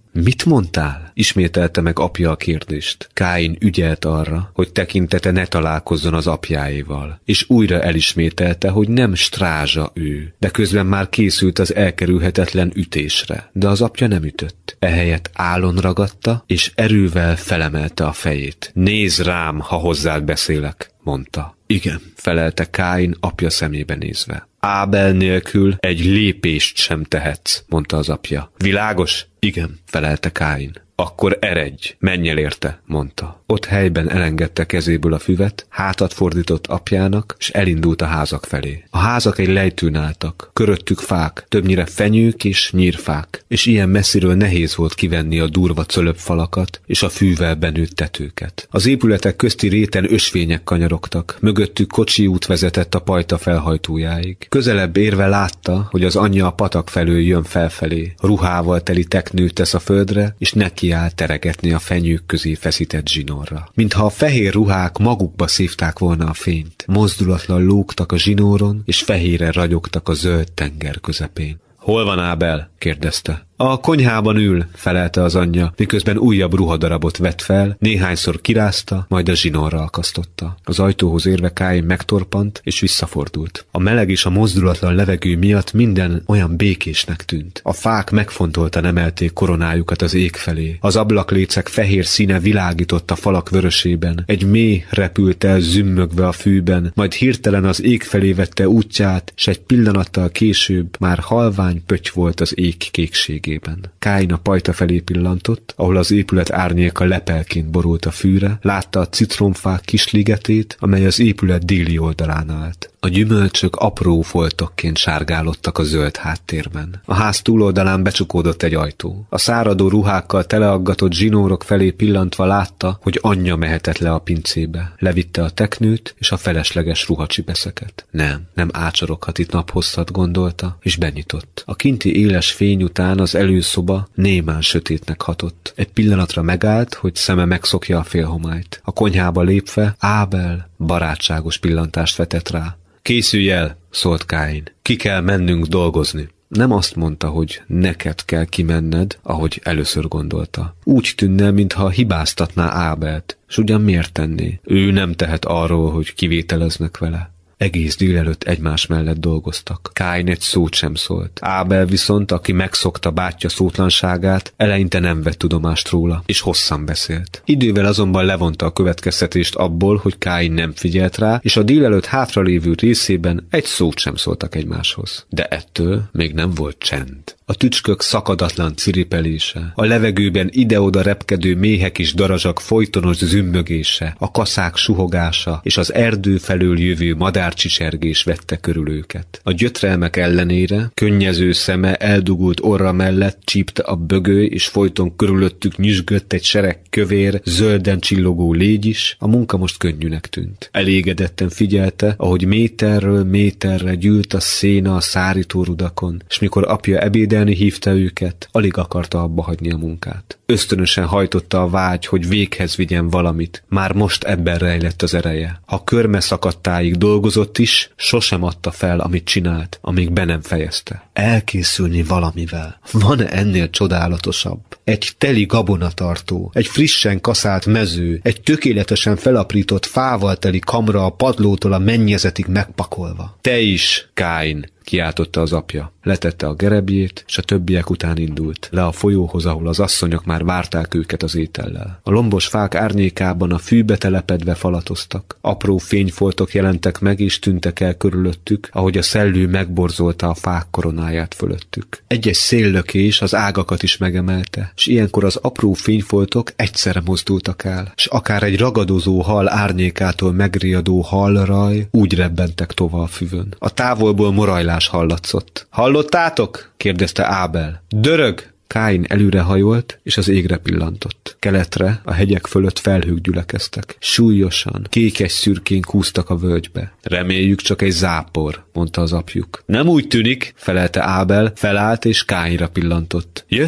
Mit mondtál? Ismételte meg apja a kérdést. Káin ügyelt arra, hogy tekintete ne találkozzon az apjáéval, és újra elismételte, hogy nem strázsa ő, de közben már készült az elkerülhetetlen ütésre. De az apja nem ütött. Ehelyett állon ragadta, és erővel felemelte a fejét. Nézd rám, ha hozzád beszélek, mondta. Igen, felelte Káin apja szemébe nézve. Ábel nélkül egy lépést sem tehetsz, mondta az apja. Világos? Igen, felelte Káin. Akkor eredj, menj el érte, mondta. Ott helyben elengedte kezéből a füvet, hátat fordított apjának, és elindult a házak felé. A házak egy lejtőn álltak, köröttük fák, többnyire fenyők és nyírfák, és ilyen messziről nehéz volt kivenni a durva cölöpfalakat és a fűvel benőtt tetőket. Az épületek közti réten ösvények kanyarogtak, mögöttük kocsi út vezetett a pajta felhajtójáig. Közelebb érve látta, hogy az anyja a patak felől jön felfelé, ruhával teli teknőt tesz a földre, és neki áll teregetni a fenyők közé feszített zsinórra. Mintha a fehér ruhák magukba szívták volna a fényt. Mozdulatlan lógtak a zsinóron, és fehére ragyogtak a zöld tenger közepén. Hol van Ábel? kérdezte. A konyhában ül, felelte az anyja, miközben újabb ruhadarabot vett fel, néhányszor kirázta, majd a zsinórra akasztotta. Az ajtóhoz érve Káin megtorpant, és visszafordult. A meleg és a mozdulatlan levegő miatt minden olyan békésnek tűnt. A fák megfontoltan emelték koronájukat az ég felé. Az ablaklécek fehér színe világított a falak vörösében. Egy méh repült el zümmögve a fűben, majd hirtelen az ég felé vette útját, s egy pillanattal később már halvány pötty volt az ég kékségében. Káin a pajta felé pillantott, ahol az épület árnyéka lepelként borult a fűre, látta a citromfák kis ligetét, amely az épület déli oldalán állt. A gyümölcsök apró foltokként sárgálottak a zöld háttérben. A ház túloldalán becsukódott egy ajtó. A száradó ruhákkal teleaggatott zsinórok felé pillantva látta, hogy anyja mehetett le a pincébe. Levitte a teknőt és a felesleges ruhacsipeszeket. Nem, nem ácsoroghat itt naphosszat, gondolta, és benyitott. A kinti éles fény után az előszoba némán sötétnek hatott. Egy pillanatra megállt, hogy szeme megszokja a félhomályt. A konyhába lépve Ábel barátságos pillantást vetett rá. Készülj el, szólt Káin. Ki kell mennünk dolgozni. Nem azt mondta, hogy neked kell kimenned, ahogy először gondolta. Úgy tűnne, mintha hibáztatná Ábelt, s ugyan miért tenné? Ő nem tehet arról, hogy kivételeznek vele. Egész délelőtt egymás mellett dolgoztak. Káin egy szót sem szólt. Ábel viszont, aki megszokta bátyja szótlanságát, eleinte nem vett tudomást róla, és hosszan beszélt. Idővel azonban levonta a következtetést abból, hogy Káin nem figyelt rá, és a délelőtt hátralévő részében egy szót sem szóltak egymáshoz. De ettől még nem volt csend. A tücskök szakadatlan ciripelése, a levegőben ide-oda repkedő méhek és darazsak folytonos zümmögése, a kaszák suhogása és az erdő felől jövő madárcsicsergés vette körül őket. A gyötrelmek ellenére könnyező szeme eldugult orra mellett csípte a bögöly, és folyton körülöttük nyüzsgött egy sereg kövér, zölden csillogó légy is, a munka most könnyűnek tűnt. Elégedetten figyelte, ahogy méterről méterre gyűlt a széna a szárítórudakon, és mikor apja ebédelni hívta őket, alig akarta abba hagyni a munkát. Ösztönösen hajtotta a vágy, hogy véghez vigyen valamit. Már most ebben rejlett az ereje. Ha körme szakadtáig dolgozott is, sosem adta fel, amit csinált, amíg be nem fejezte. Elkészülni valamivel. Van-e ennél csodálatosabb? Egy teli gabonatartó, egy frissen kaszált mező, egy tökéletesen felaprított fával teli kamra a padlótól a mennyezetig megpakolva. Te is, Káin! Kiáltotta az apja. Letette a gerebjét, s a többiek után indult, le a folyóhoz, ahol az asszonyok már várták őket az étellel. A lombos fák árnyékában a fűbe telepedve falatoztak. Apró fényfoltok jelentek meg és tűntek el körülöttük, ahogy a szellő megborzolta a fák koronáját fölöttük. Egy-egy széllökés az ágakat is megemelte, s ilyenkor az apró fényfoltok egyszerre mozdultak el, s akár egy ragadozó hal árnyékától megriadó hallraj úgy rebbentek tova a füvön. A távolból morajlás hallatszott. Hallottátok? kérdezte Ábel. Dörög! Káin előrehajolt, és az égre pillantott. Keletre, a hegyek fölött felhők gyülekeztek. Súlyosan, kékes szürkén kúztak a völgybe. Reméljük csak egy zápor, mondta az apjuk. Nem úgy tűnik, felelte Ábel, felállt és Káinra pillantott. Jössz?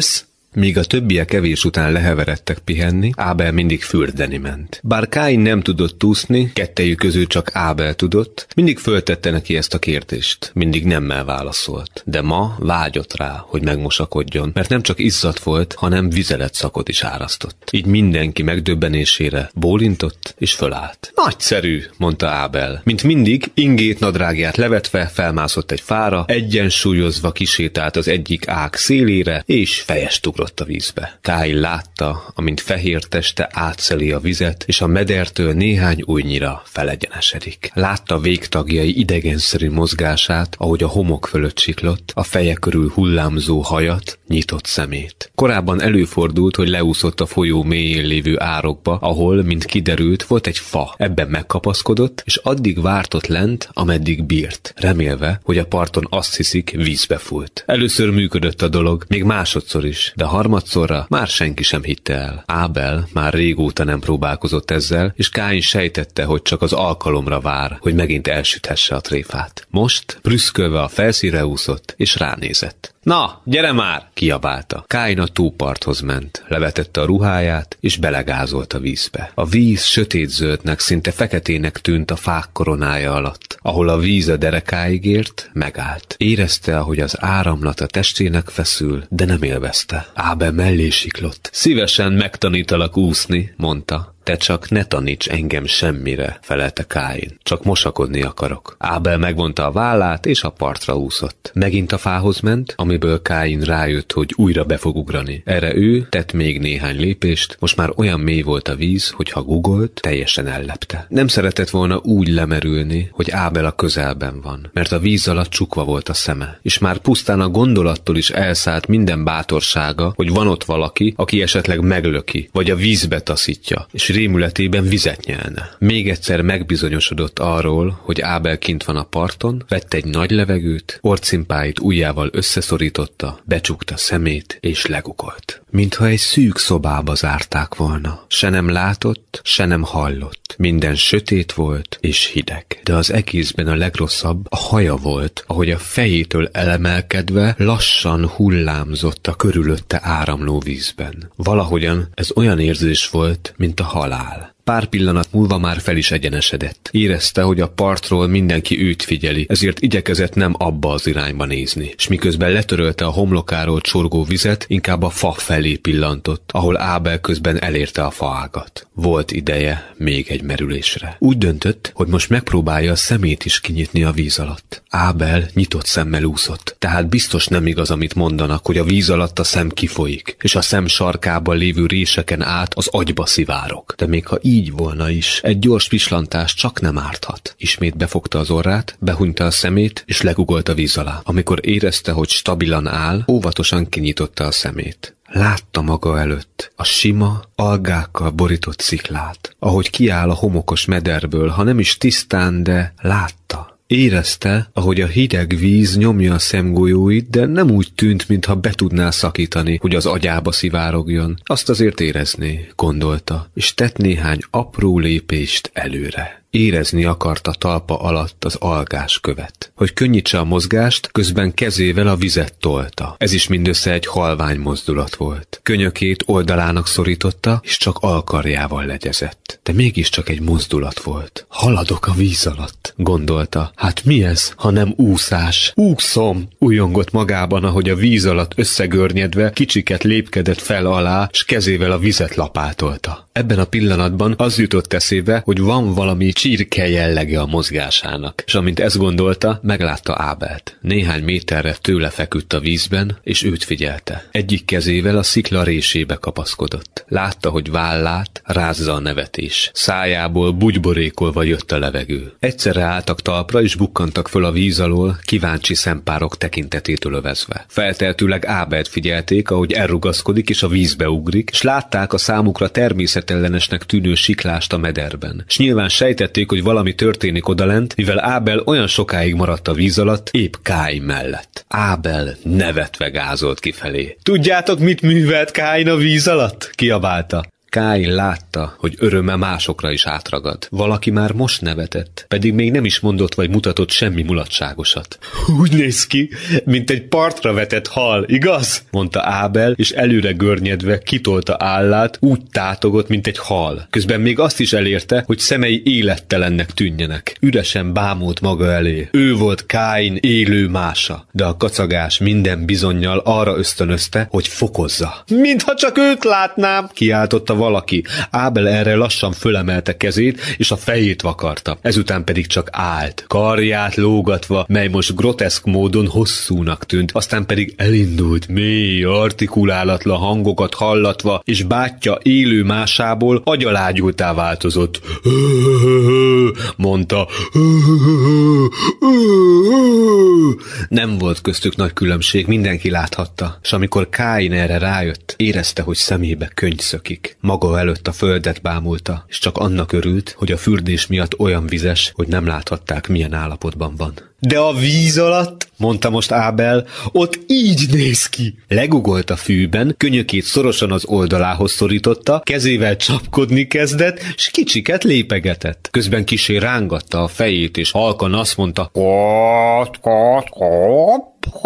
Míg a többiek evés után leheveredtek pihenni, Ábel mindig fürdeni ment. Bár Káin nem tudott úszni, kettejük közül csak Ábel tudott, mindig föltette neki ezt a kérdést, mindig nemmel válaszolt. De ma vágyott rá, hogy megmosakodjon, mert nem csak izzadt volt, hanem vizeletszakot is árasztott. Így mindenki megdöbbenésére bólintott és fölállt. Nagyszerű, mondta Ábel. Mint mindig, ingét nadrágját levetve felmászott egy fára, egyensúlyozva kisétált az egyik ág szélére, és fejest ugrott a vízbe. Káin látta, amint fehér teste átszeli a vizet, és a medertől néhány ujjnyira felegyenesedik. Látta végtagjai idegenszerű mozgását, ahogy a homok fölött siklott, a feje körül hullámzó hajat, nyitott szemét. Korábban előfordult, hogy leúszott a folyó mélyén lévő árokba, ahol, mint kiderült, volt egy fa. Ebben megkapaszkodott, és addig vártott lent, ameddig bírt, remélve, hogy a parton azt hiszik, vízbe fújt. Először működött a dolog, még másodszor is, de harmadszorra már senki sem hitte el. Ábel már régóta nem próbálkozott ezzel, és Káin sejtette, hogy csak az alkalomra vár, hogy megint elsüthesse a tréfát. Most prüszkölve a felszínre úszott, és ránézett. Na, gyere már! Kiabálta. Káin a tóparthoz ment, levetette a ruháját, és belegázolt a vízbe. A víz sötétzöldnek, szinte feketének tűnt a fák koronája alatt. Ahol a víz a derekáig ért, megállt. Érezte, ahogy az áramlat a testének feszül, de nem élvezte. Ábel mellé siklott. Szívesen megtanítalak úszni, mondta. Te csak ne taníts engem semmire, felelte Káin. Csak mosakodni akarok. Ábel megvonta a vállát, és a partra úszott. Megint a fához ment, amiből Káin rájött, hogy újra be fog ugrani. Erre ő tett még néhány lépést, most már olyan mély volt a víz, hogy ha gugolt, teljesen ellepte. Nem szeretett volna úgy lemerülni, hogy Ábel a közelben van, mert a víz alatt csukva volt a szeme, és már pusztán a gondolattól is elszállt minden bátorsága, hogy van ott valaki, aki esetleg meglöki, vagy a vízbe taszítja, és rémületében vizet nyelne. Még egyszer megbizonyosodott arról, hogy Ábel kint van a parton, vett egy nagy levegőt, orcimpáit ujjával összeszorította, becsukta szemét, és legugolt. Mintha egy szűk szobába zárták volna. Se nem látott, se nem hallott. Minden sötét volt, és hideg. De az egészben a legrosszabb a haja volt, ahogy a fejétől elemelkedve lassan hullámzott a körülötte áramló vízben. Valahogyan ez olyan érzés volt, mint a halál. Pár pillanat múlva már fel is egyenesedett. Érezte, hogy a partról mindenki őt figyeli, ezért igyekezett nem abba az irányba nézni, s miközben letörölte a homlokáról csorgó vizet, inkább a fa felé pillantott, ahol Ábel közben elérte a faágat. Volt ideje még egy merülésre. Úgy döntött, hogy most megpróbálja a szemét is kinyitni a víz alatt. Ábel nyitott szemmel úszott, tehát biztos nem igaz, amit mondanak, hogy a víz alatt a szem kifolyik, és a szem sarkában lévő réseken át az agyba szivárog. De még ha így volna is, egy gyors pislantás csak nem árthat. Ismét befogta az orrát, behunyta a szemét, és legugolt a víz alá. Amikor érezte, hogy stabilan áll, óvatosan kinyitotta a szemét. Látta maga előtt a sima, algákkal borított sziklát, ahogy kiáll a homokos mederből, ha nem is tisztán, de látta. Érezte, ahogy a hideg víz nyomja a szemgolyóit, de nem úgy tűnt, mintha be tudná szakítani, hogy az agyába szivárogjon. Azt azért érezné, gondolta, és tett néhány apró lépést előre. Érezni akarta talpa alatt az algás követ. Hogy könnyítse a mozgást, közben kezével a vizet tolta. Ez is mindössze egy halvány mozdulat volt. Könyökét oldalának szorította, és csak alkarjával legyezett. De mégiscsak egy mozdulat volt. Haladok a víz alatt, gondolta. Hát mi ez, ha nem úszás? Úszom! Ujjongott magában, ahogy a víz alatt összegörnyedve kicsiket lépkedett fel alá, s kezével a vizet lapátolta. Ebben a pillanatban az jutott eszébe, hogy van valami csirke jellege a mozgásának, és amint ezt gondolta, meglátta Ábelt. Néhány méterre tőle feküdt a vízben, és őt figyelte. Egyik kezével a szikla résébe kapaszkodott. Látta, hogy vállát rázza a nevetés. Szájából bugyborékolva jött a levegő. Egyszerre álltak talpra, és bukkantak föl a víz alól, kíváncsi szempárok tekintetétől övezve. Feltehetőleg Ábelt figyelték, ahogy elrugaszkodik, és a vízbe ugrik, és látták a számukra természetellenesnek tűnő siklást a mederben. S nyilván sejtették, hogy valami történik odalent, mivel Ábel olyan sokáig maradt a víz alatt, épp Káin mellett. Ábel nevetve gázolt kifelé. Tudjátok, mit művelt Káin a víz alatt? Kiabálta. Káin látta, hogy öröme másokra is átragad. Valaki már most nevetett, pedig még nem is mondott vagy mutatott semmi mulatságosat. Úgy néz ki, mint egy partra vetett hal, igaz? Mondta Ábel, és előre görnyedve kitolta állát, úgy tátogott, mint egy hal. Közben még azt is elérte, hogy szemei élettelennek tűnjenek. Üresen bámult maga elé. Ő volt Káin élő mása, de a kacagás minden bizonnyal arra ösztönözte, hogy fokozza. Mintha csak őt látnám, kiáltotta valaki. Ábel erre lassan fölemelte kezét, és a fejét vakarta. Ezután pedig csak állt, karját lógatva, mely most groteszk módon hosszúnak tűnt, aztán pedig elindult mély, artikulálatlan hangokat hallatva, és bátyja élő másából agyalágyultá változott. Mondta. Nem volt köztük nagy különbség, mindenki láthatta, és amikor Káin erre rájött, érezte, hogy szemébe könny szökik. Maga előtt a földet bámulta, és csak annak örült, hogy a fürdés miatt olyan vizes, hogy nem láthatták, milyen állapotban van. De a víz alatt, mondta most Ábel, ott így néz ki. Legugolt a fűben, könyökét szorosan az oldalához szorította, kezével csapkodni kezdett, s kicsiket lépegetett. Közben kissé rángatta a fejét, és halkan azt mondta, kot, kot, kot.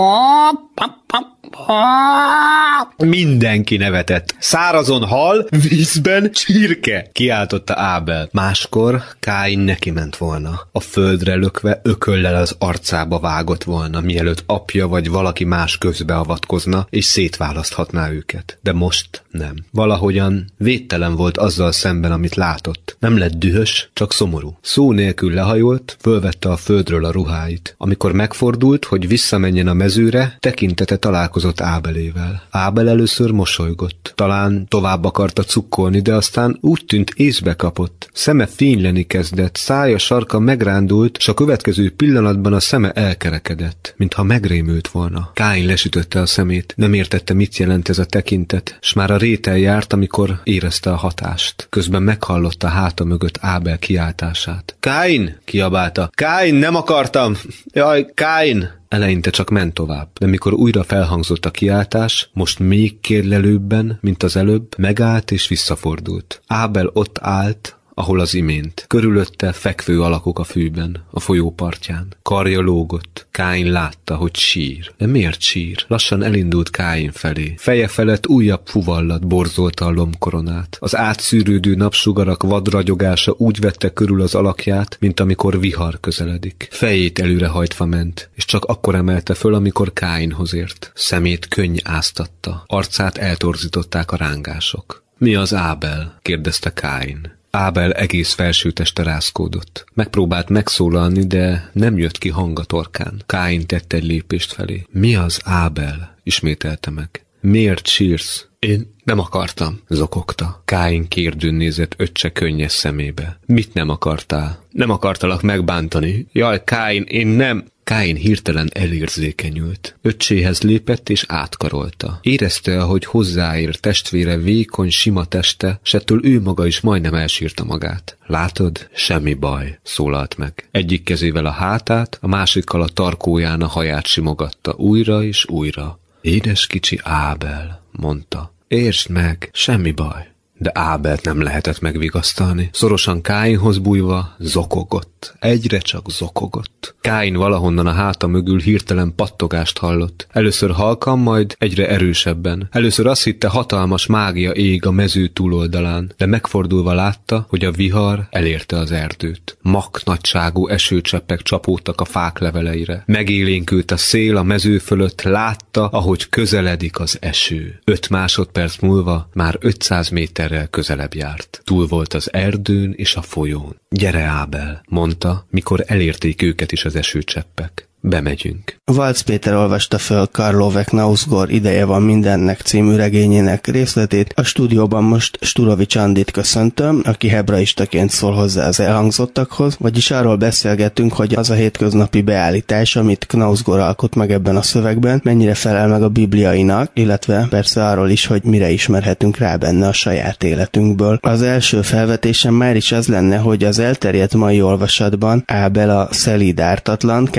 Mindenki nevetett. Szárazon hal, vízben csirke, kiáltotta Ábel. Máskor Káin neki ment volna. A földre lökve ököllel az arcába vágott volna, mielőtt apja vagy valaki más közbeavatkozna, és szétválaszthatná őket. De most nem. Valahogyan védtelen volt azzal szemben, amit látott. Nem lett dühös, csak szomorú. Szó nélkül lehajolt, fölvette a földről a ruháit. Amikor megfordult, hogy visszamenjen a mezőre, tekintete találkozott Ábelével. Ábel először mosolygott. Talán tovább akarta cukkolni, de aztán úgy tűnt észbe kapott. Szeme fényleni kezdett, szája sarka megrándult, s a következő pillanatban a szeme elkerekedett, mintha megrémült volna. Káin lesütötte a szemét, nem értette, mit jelent ez a tekintet, s már a réten járt, amikor érezte a hatást. Közben meghallotta háta mögött Ábel kiáltását. Káin! Kiabálta. Káin, nem akartam! Jaj, Káin! Eleinte csak ment tovább, de mikor újra felhangzott a kiáltás, most még kérlelőbben, mint az előbb, megállt és visszafordult. Ábel ott állt, ahol az imént. Körülötte fekvő alakok a fűben, a folyó partján. Karja lógott. Káin látta, hogy sír. De miért sír? Lassan elindult Káin felé. Feje felett újabb fuvallat borzolta a lombkoronát. Az átszűrődő napsugarak vadragyogása úgy vette körül az alakját, mint amikor vihar közeledik. Fejét előrehajtva ment, és csak akkor emelte föl, amikor Káinhoz ért. Szemét könny áztatta. Arcát eltorzították a rángások. Mi az, Ábel? Kérdezte Káin. Ábel egész felsőteste rázkódott. Megpróbált megszólalni, de nem jött ki hang a torkán. Káin tett egy lépést felé. Mi az, Ábel? Ismételte meg. Miért sírsz? Én nem akartam, zokogta. Káin kérdőn nézett öccse könnyes szemébe. Mit nem akartál? Nem akartalak megbántani. Jaj, Káin, én nem... Káin hirtelen elérzékenyült. Öccséhez lépett és átkarolta. Érezte, ahogy hozzáér testvére vékony, sima teste, s ettől ő maga is majdnem elsírta magát. Látod? Semmi baj, szólalt meg. Egyik kezével a hátát, a másikkal a tarkóján a haját simogatta újra és újra. Édes kicsi Ábel, mondta. Értsd meg, semmi baj. De Ábelt nem lehetett megvigasztalni. Szorosan Káinhoz bújva zokogott. Egyre csak zokogott. Káin valahonnan a háta mögül hirtelen pattogást hallott. Először halkan, majd egyre erősebben. Először azt hitte, hatalmas mágia ég a mező túloldalán, de megfordulva látta, hogy a vihar elérte az erdőt. Mak nagyságú esőcseppek csapódtak a fák leveleire. Megélénkült a szél a mező fölött, látta, ahogy közeledik az eső. Öt másodperc múlva már ötszáz méterrel közelebb járt. Túl volt az erdőn és a folyón. Gyere, Ábel, mondta, mikor elérték őket is az esőcseppek. Bemegyünk. Valc Péter olvasta föl Karlove Knausgård Ideje van mindennek című regényének részletét. A stúdióban most Sturovics Andit köszöntöm, aki hebraistaként szól hozzá az elhangzottakhoz, vagyis arról beszélgetünk, hogy az a hétköznapi beállítás, amit Knausgård alkot meg ebben a szövegben, mennyire felel meg a bibliainak, illetve persze arról is, hogy mire ismerhetünk rá benne a saját életünkből. Az első felvetésem már is az lenne, hogy az elterjedt mai olvasatban Ábel a szelíd ártatlan, Káin pedig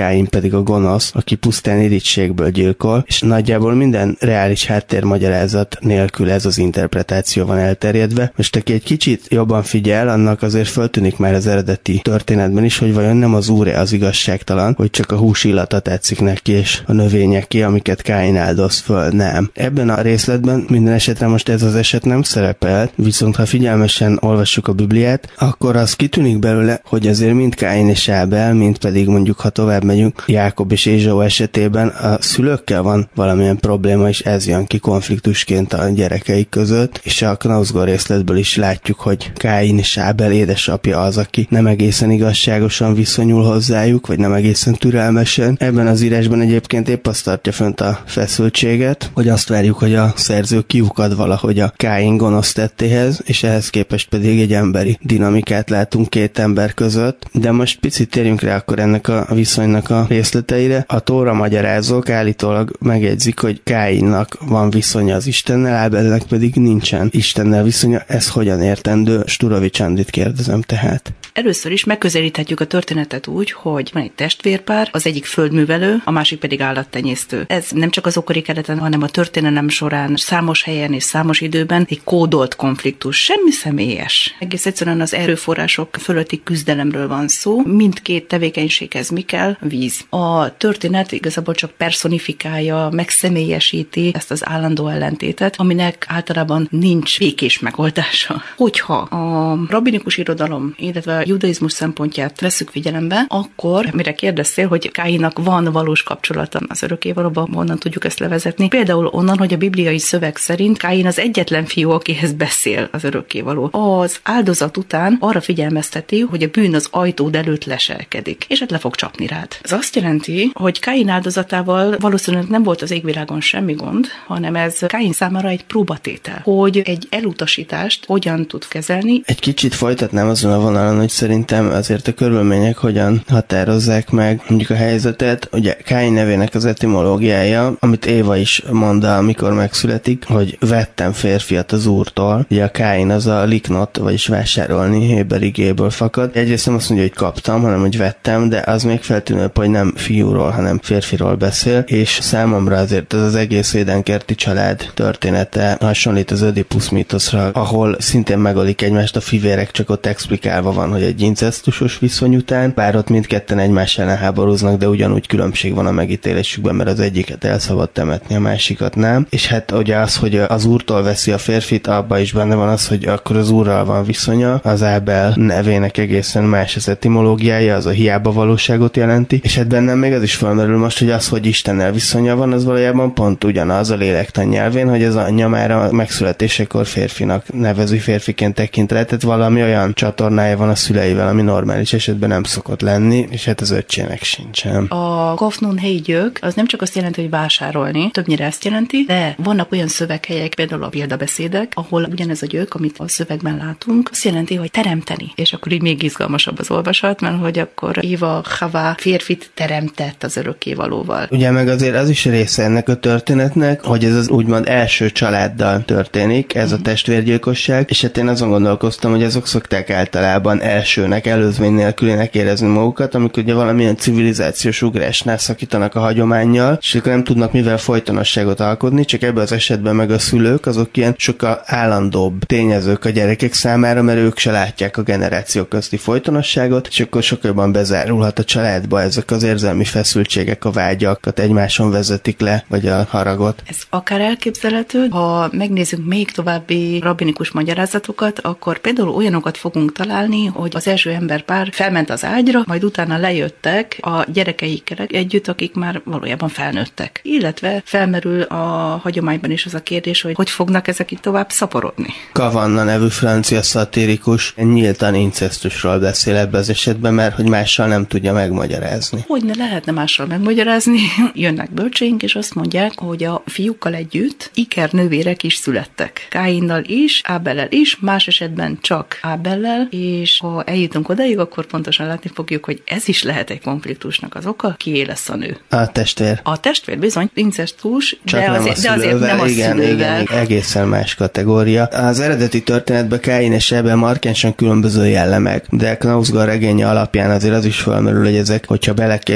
pedig a gonosz, aki pusztán irigységből gyilkol, és nagyjából minden reális háttérmagyarázat nélkül ez az interpretáció van elterjedve. Most aki egy kicsit jobban figyel, annak azért föltűnik már az eredeti történetben is, hogy vajon nem az úr az igazságtalan, hogy csak a hús illata tetszik neki, és a növényeké, amiket Káin áldoz föl, nem. Ebben a részletben minden esetre most ez az eset nem szerepel, viszont ha figyelmesen olvassuk a Bibliát, akkor az kitűnik belőle, hogy azért mind Káin és Ábel, mind pedig mondjuk, ha tovább megyünk, Jákob és Ézsau esetében a szülőkkel van valamilyen probléma, és ez jön ki konfliktusként a gyerekeik között, és a Knausgård részletből is látjuk, hogy Káin és Ábel édesapja az, aki nem egészen igazságosan viszonyul hozzájuk, vagy nem egészen türelmesen. Ebben az írásban egyébként épp azt tartja fönt a feszültséget, hogy azt várjuk, hogy a szerző kiukad valahogy a Káin gonosz tettéhez, és ehhez képest pedig egy emberi dinamikát látunk két ember között. De most picit térjünk rá akkor ennek a viszonynak a részleteire. A Tóra magyarázók állítólag megjegyzik, hogy Káinnak van viszonya az Istennel, Ábelnek pedig nincsen Istennel viszonya. Ez hogyan értendő? Sturovics Andit kérdezem tehát. Először is megközelíthetjük a történetet úgy, hogy van egy testvérpár, az egyik földművelő, a másik pedig állattenyésztő. Ez nem csak az ókori keleten, hanem a történelem során számos helyen és számos időben egy kódolt konfliktus, semmi személyes. Egész egyszerűen az erőforrások fölötti küzdelemről van szó. Mindkét tevékenységhez mi kell? Víz. A történet igazából csak personifikálja, megszemélyesíti ezt az állandó ellentétet, aminek általában nincs békés megoldása. Hogyha a rabbinikus irodalom, illetve a judaizmus szempontját veszük figyelembe, akkor, mire kérdeztél, hogy Káinnak van valós kapcsolata az örökkévalóban, honnan tudjuk ezt levezetni? Például onnan, hogy a bibliai szöveg szerint Káin az egyetlen fiú, akihez beszél az örökkévaló. Az áldozat után arra figyelmezteti, hogy a bűn az ajtód előtt leselkedik, és hát le fog csapni rád. Ez azt jelenti, hogy Káin áldozatával valószínűleg nem volt az égvilágon semmi gond, hanem ez Káin számára egy próbatétel, hogy egy elutasítást hogyan tud kezelni. Egy kicsit folytatnám azon a vonalon, hogy szerintem azért a körülmények hogyan határozzák meg mondjuk a helyzetet. Ugye Káin nevének az etimológiája, amit Éva is mond, amikor megszületik, hogy vettem férfiat az úrtól. Ugye a Káin az a liknot, vagyis vásárolni héberigéből fakad. Egyrészt nem azt mondja, hogy kaptam, hanem hogy vettem, de az még feltűnőbb, hogy nem fiúról, hanem férfiról beszél, és számomra azért ez az egész édenkerti család története hasonlít az Ödipusz mítoszra, ahol szintén megölik egymást a fivérek, csak ott explikálva van, hogy egy incesztusos viszony után, bár ott mindketten egymás ellen háborúznak, de ugyanúgy különbség van a megítélésükben, mert az egyiket el szabad temetni, a másikat nem. És hát ugye az, hogy az úrtól veszi a férfit, abban is benne van az, hogy akkor az úrral van viszonya, az Ábel nevének egészen más az etimológiája, az a hiába valóságot jelenti, és hát bennem még az is felmerül most, hogy az, hogy Istennel viszonya van, az valójában pont ugyanaz a lélektan nyelvén, hogy az anyja már a megszületésekor férfinak nevezi, férfiként tekint rá, tehát valami olyan csatornája van a szüleivel, ami normális esetben nem szokott lenni, és hát az öccsének sincsen. A kofnun helyi gyök az nem csak azt jelenti, hogy vásárolni, többnyire ezt jelenti, de vannak olyan szöveghelyek, például a példabeszédek, ahol ugyanez a gyök, amit a szövegben látunk, azt jelenti, hogy teremteni. És akkor így még izgalmasabb az olvasat, mert hogy akkor Éva, Havá férfit teremtett az örökkévalóval. Ugye meg azért az is része ennek a történetnek, hogy ez az úgymond első családdal történik, ez uh-huh. a testvérgyilkosság, és hát én azon gondolkoztam, hogy azok szokták általában elsőnek, előzmény nélkülének érezni magukat, amikor ugye valamilyen civilizációs ugrásnál szakítanak a hagyománnyal, és akkor nem tudnak mivel folytonosságot alkotni, csak ebben az esetben meg a szülők azok ilyen sokkal állandóbb tényezők a gyerekek számára, mert ők se látják a generációk közti folytonosságot, és akkor sokkal jobban bezárulhat a családba ezek az érzelmi feszültségek, a vágyakat egymáson vezetik le, vagy a haragot. Ez akár elképzelhető, ha megnézzük még további rabbinikus magyarázatokat, akkor például olyanokat fogunk találni, hogy az első emberpár felment az ágyra, majd utána lejöttek a gyerekeikkel együtt, akik már valójában felnőttek. Illetve felmerül a hagyományban is az a kérdés, hogy hogy fognak ezek itt tovább szaporodni. Kavanna nevű francia szatirikus nyíltan incesztusról beszél ebben az esetben, mert hogy mással nem tudja megmagyarázni. Hogy ne lehetne mással megmagyarázni? Jönnek bölcsénk, és azt mondják, hogy a fiúkkal együtt iker nővérek is születtek. Káinnal is, Ábellel is, más esetben csak Ábellel, és ha eljutunk odaig, akkor pontosan látni fogjuk, hogy ez is lehet egy konfliktusnak az oka, kié lesz a nő. A testvér. A testvér bizony incesztus, csak de nem azért, a de azért nem a igen, szülővel. Igen, egészen más kategória. Az eredeti történetben Káin és Ábel markánsan különböző jellemek, de Knausgård regénye alapján azért az is felmerül, hogy ezek, hogyha beleképzelünk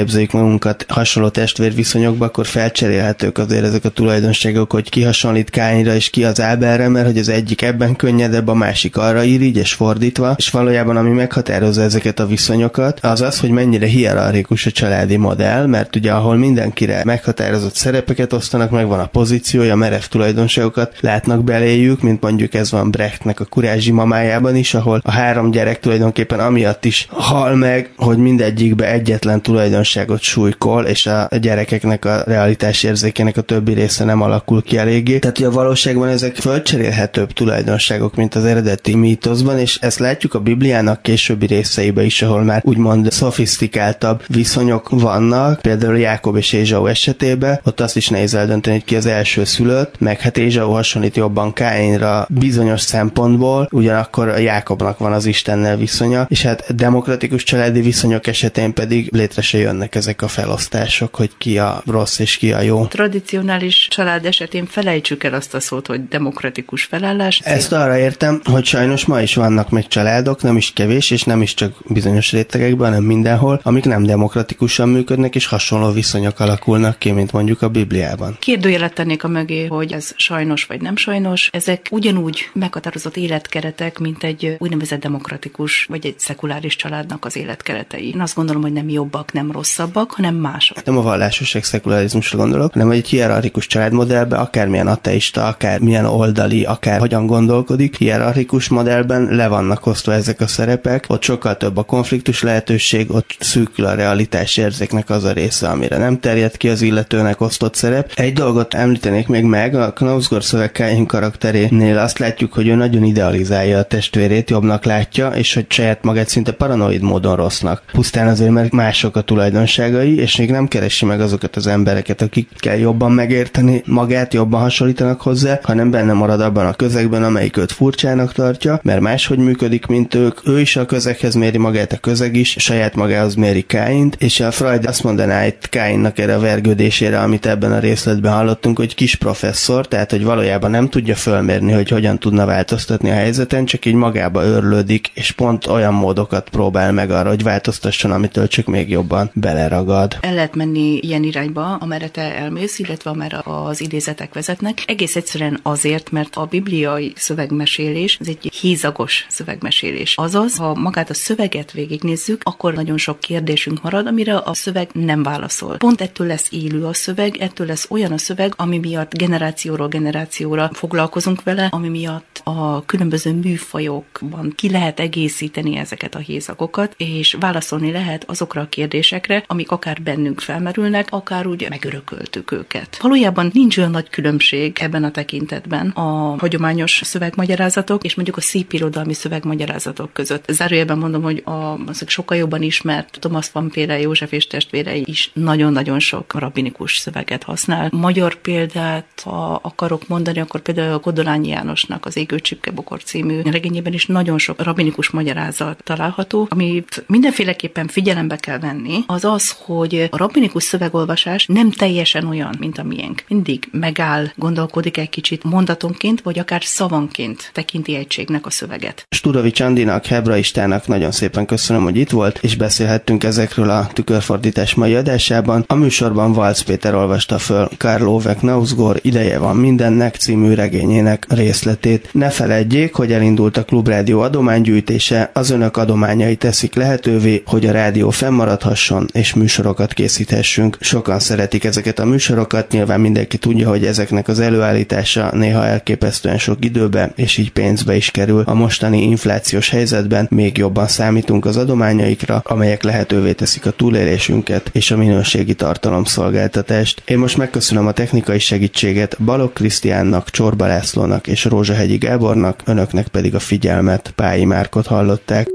beleképzeljük magunkat hasonló testvérviszonyokba, akkor felcserélhetők azért ezek a tulajdonságok, hogy ki hasonlít Káinra és ki az Ábelre, mert hogy az egyik ebben könnyedebb, a másik arra irigy, és fordítva, és valójában ami meghatározza ezeket a viszonyokat, az az, hogy mennyire hierarchikus a családi modell, mert ugye ahol mindenkire meghatározott szerepeket osztanak, meg van a pozíciója, merev tulajdonságokat látnak beléjük, mint mondjuk ez van Brechtnek a Kurázsi mamájában is, ahol a három gyerek tulajdonképpen amiatt is hal meg, hogy mindegyikbe egyetlen tulajdonságot súlykol, és a gyerekeknek a realitás érzékének a többi része nem alakul ki eléggé. Tehát ugye a valóságban ezek fölcserélhetőbb tulajdonságok, mint az eredeti mítoszban, és ezt látjuk a Bibliának későbbi részeibe is, ahol már úgymond szofisztikáltabb viszonyok vannak, például Jákob és Ézsau esetében, ott azt is nehéz eldönteni, hogy ki az első szülött, meg hát Ézsau hasonlít jobban Káinra bizonyos szempontból, ugyanakkor a Jákobnak van az Istennel viszonya, és hát demokratikus családi viszonyok esetén pedig létre se jönnek ezek a felosztások, hogy ki a rossz és ki a jó. Tradicionális család esetén felejtsük el azt a szót, hogy demokratikus felállás. Ezt arra értem, hogy sajnos ma is vannak még családok, nem is kevés, és nem is csak bizonyos rétegekben, hanem mindenhol, amik nem demokratikusan működnek, és hasonló viszonyok alakulnak ki, mint mondjuk a Bibliában. Kérdőjelet tennék a mögé, hogy ez sajnos vagy nem sajnos. Ezek ugyanúgy meghatározott életkeretek, mint egy úgynevezett demokratikus vagy egy szekuláris családnak az életkeretei. Én azt gondolom, hogy nem jobbak, nem rosszabbak, hanem mások. Nem a vallásosság szekularizmusra gondolok, hanem egy hierarchikus családmodellben akármilyen ateista, akármilyen oldali, akár hogyan gondolkodik, hierarchikus modellben le vannak osztva ezek a szerepek, ott sokkal több a konfliktus lehetőség, ott szűkül a realitás érzéknek az a része, amire nem terjed ki az illetőnek osztott szerep. Egy dolgot említenék még meg, a Knausgård szöveg Káin karakterénél azt látjuk, hogy ő nagyon idealizálja a testvérét, jobbnak látja, és hogy saját magát szinte paranoid módon rossznak. Pusztán azért, mert mások a tulajdonságai, és még nem keresi meg azokat az embereket, akikkel jobban megérteni magát, jobban hasonlítanak hozzá, hanem benne marad abban a közegben, amelyik őt furcsának tartja, mert máshogy működik, mint ők. Ő is a közeghez méri magát, a közeg is saját magához méri Káint, és a Freud azt mondaná itt Káinnak erre a vergődésére, amit ebben a részletben hallottunk, hogy kis professzor, tehát hogy valójában nem tudja fölmérni, hogy hogyan tudna változtatni a helyzeten, csak így magába őrlődik, és pont olyan módokat próbál meg arra, hogy változtasson, amitől csak még jobban beleragad. El lehet menni ilyen irányba, amerre te elmész, illetve amerre az idézetek vezetnek. Egész egyszerűen azért, mert a bibliai szövegmesélés, ez egy hízagos szövegmesélés. Azaz, ha magát a szöveget végignézzük, akkor nagyon sok kérdésünk marad, amire a szöveg nem válaszol. Pont ettől lesz élő a szöveg, ettől lesz olyan a szöveg, ami miatt generációról generációra foglalkozunk vele, ami miatt a különböző műfajokban ki lehet egészíteni ezeket a hézagokat, és válaszolni lehet azokra a kérdésekre, amik akár bennünk felmerülnek, akár úgy megörököltük őket. Valójában nincs olyan nagy különbség ebben a tekintetben a hagyományos szövegmagyarázatok és mondjuk a szépirodalmi szövegmagyarázatok között. Zárójelben mondom, hogy a, azok sokkal jobban ismert Thomas van Pére, József és testvérei is nagyon-nagyon sok rabbinikus szöveget használ. Magyar példát, ha akarok mondani, akkor például a Kodolányi Jánosnak az Égő Csipkebokor című regényében is nagyon sok rabbinikus magyarázat található, amit mindenféleképpen figyelembe kell venni, az az, hogy a rabbinikus szövegolvasás nem teljesen olyan, mint a miénk. Mindig megáll, gondolkodik egy kicsit mondatonként, vagy akár szavanként tekinti egységnek a szöveget. Sturovics Andinak, hebraistának nagyon szépen köszönöm, hogy itt volt, és beszélhettünk ezekről a tükörfordítás mai adásában. A műsorban Valc Péter olvasta föl Karl Ove Knausgård Ideje van mindennek című regényének részletét. Ne feledjék, hogy elindult a Klubrádió adománygyűjtése, az önök adományai teszik lehetővé, hogy a rádió fennmaradhasson és műsorokat készíthessünk. Sokan szeretik ezeket a műsorokat, nyilván mindenki tudja, hogy ezeknek az előállítása néha elképesztően sok időbe és így pénzbe is kerül. A mostani inflációs helyzetben még jobban számítunk az adományaikra, amelyek lehetővé teszik a túlélésünket és a minőségi tartalomszolgáltatást. Én most megköszönöm a technikai segítséget Balogh Krisztiánnak, Csorba Lászlónak és Rózsahegyi Gábornak, önöknek pedig a figyelmet. Pályi Márkot hallották.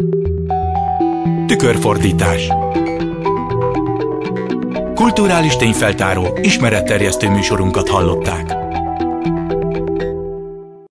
Tükörfordítás. Kulturális tényfeltáró, ismeretterjesztő műsorunkat hallották.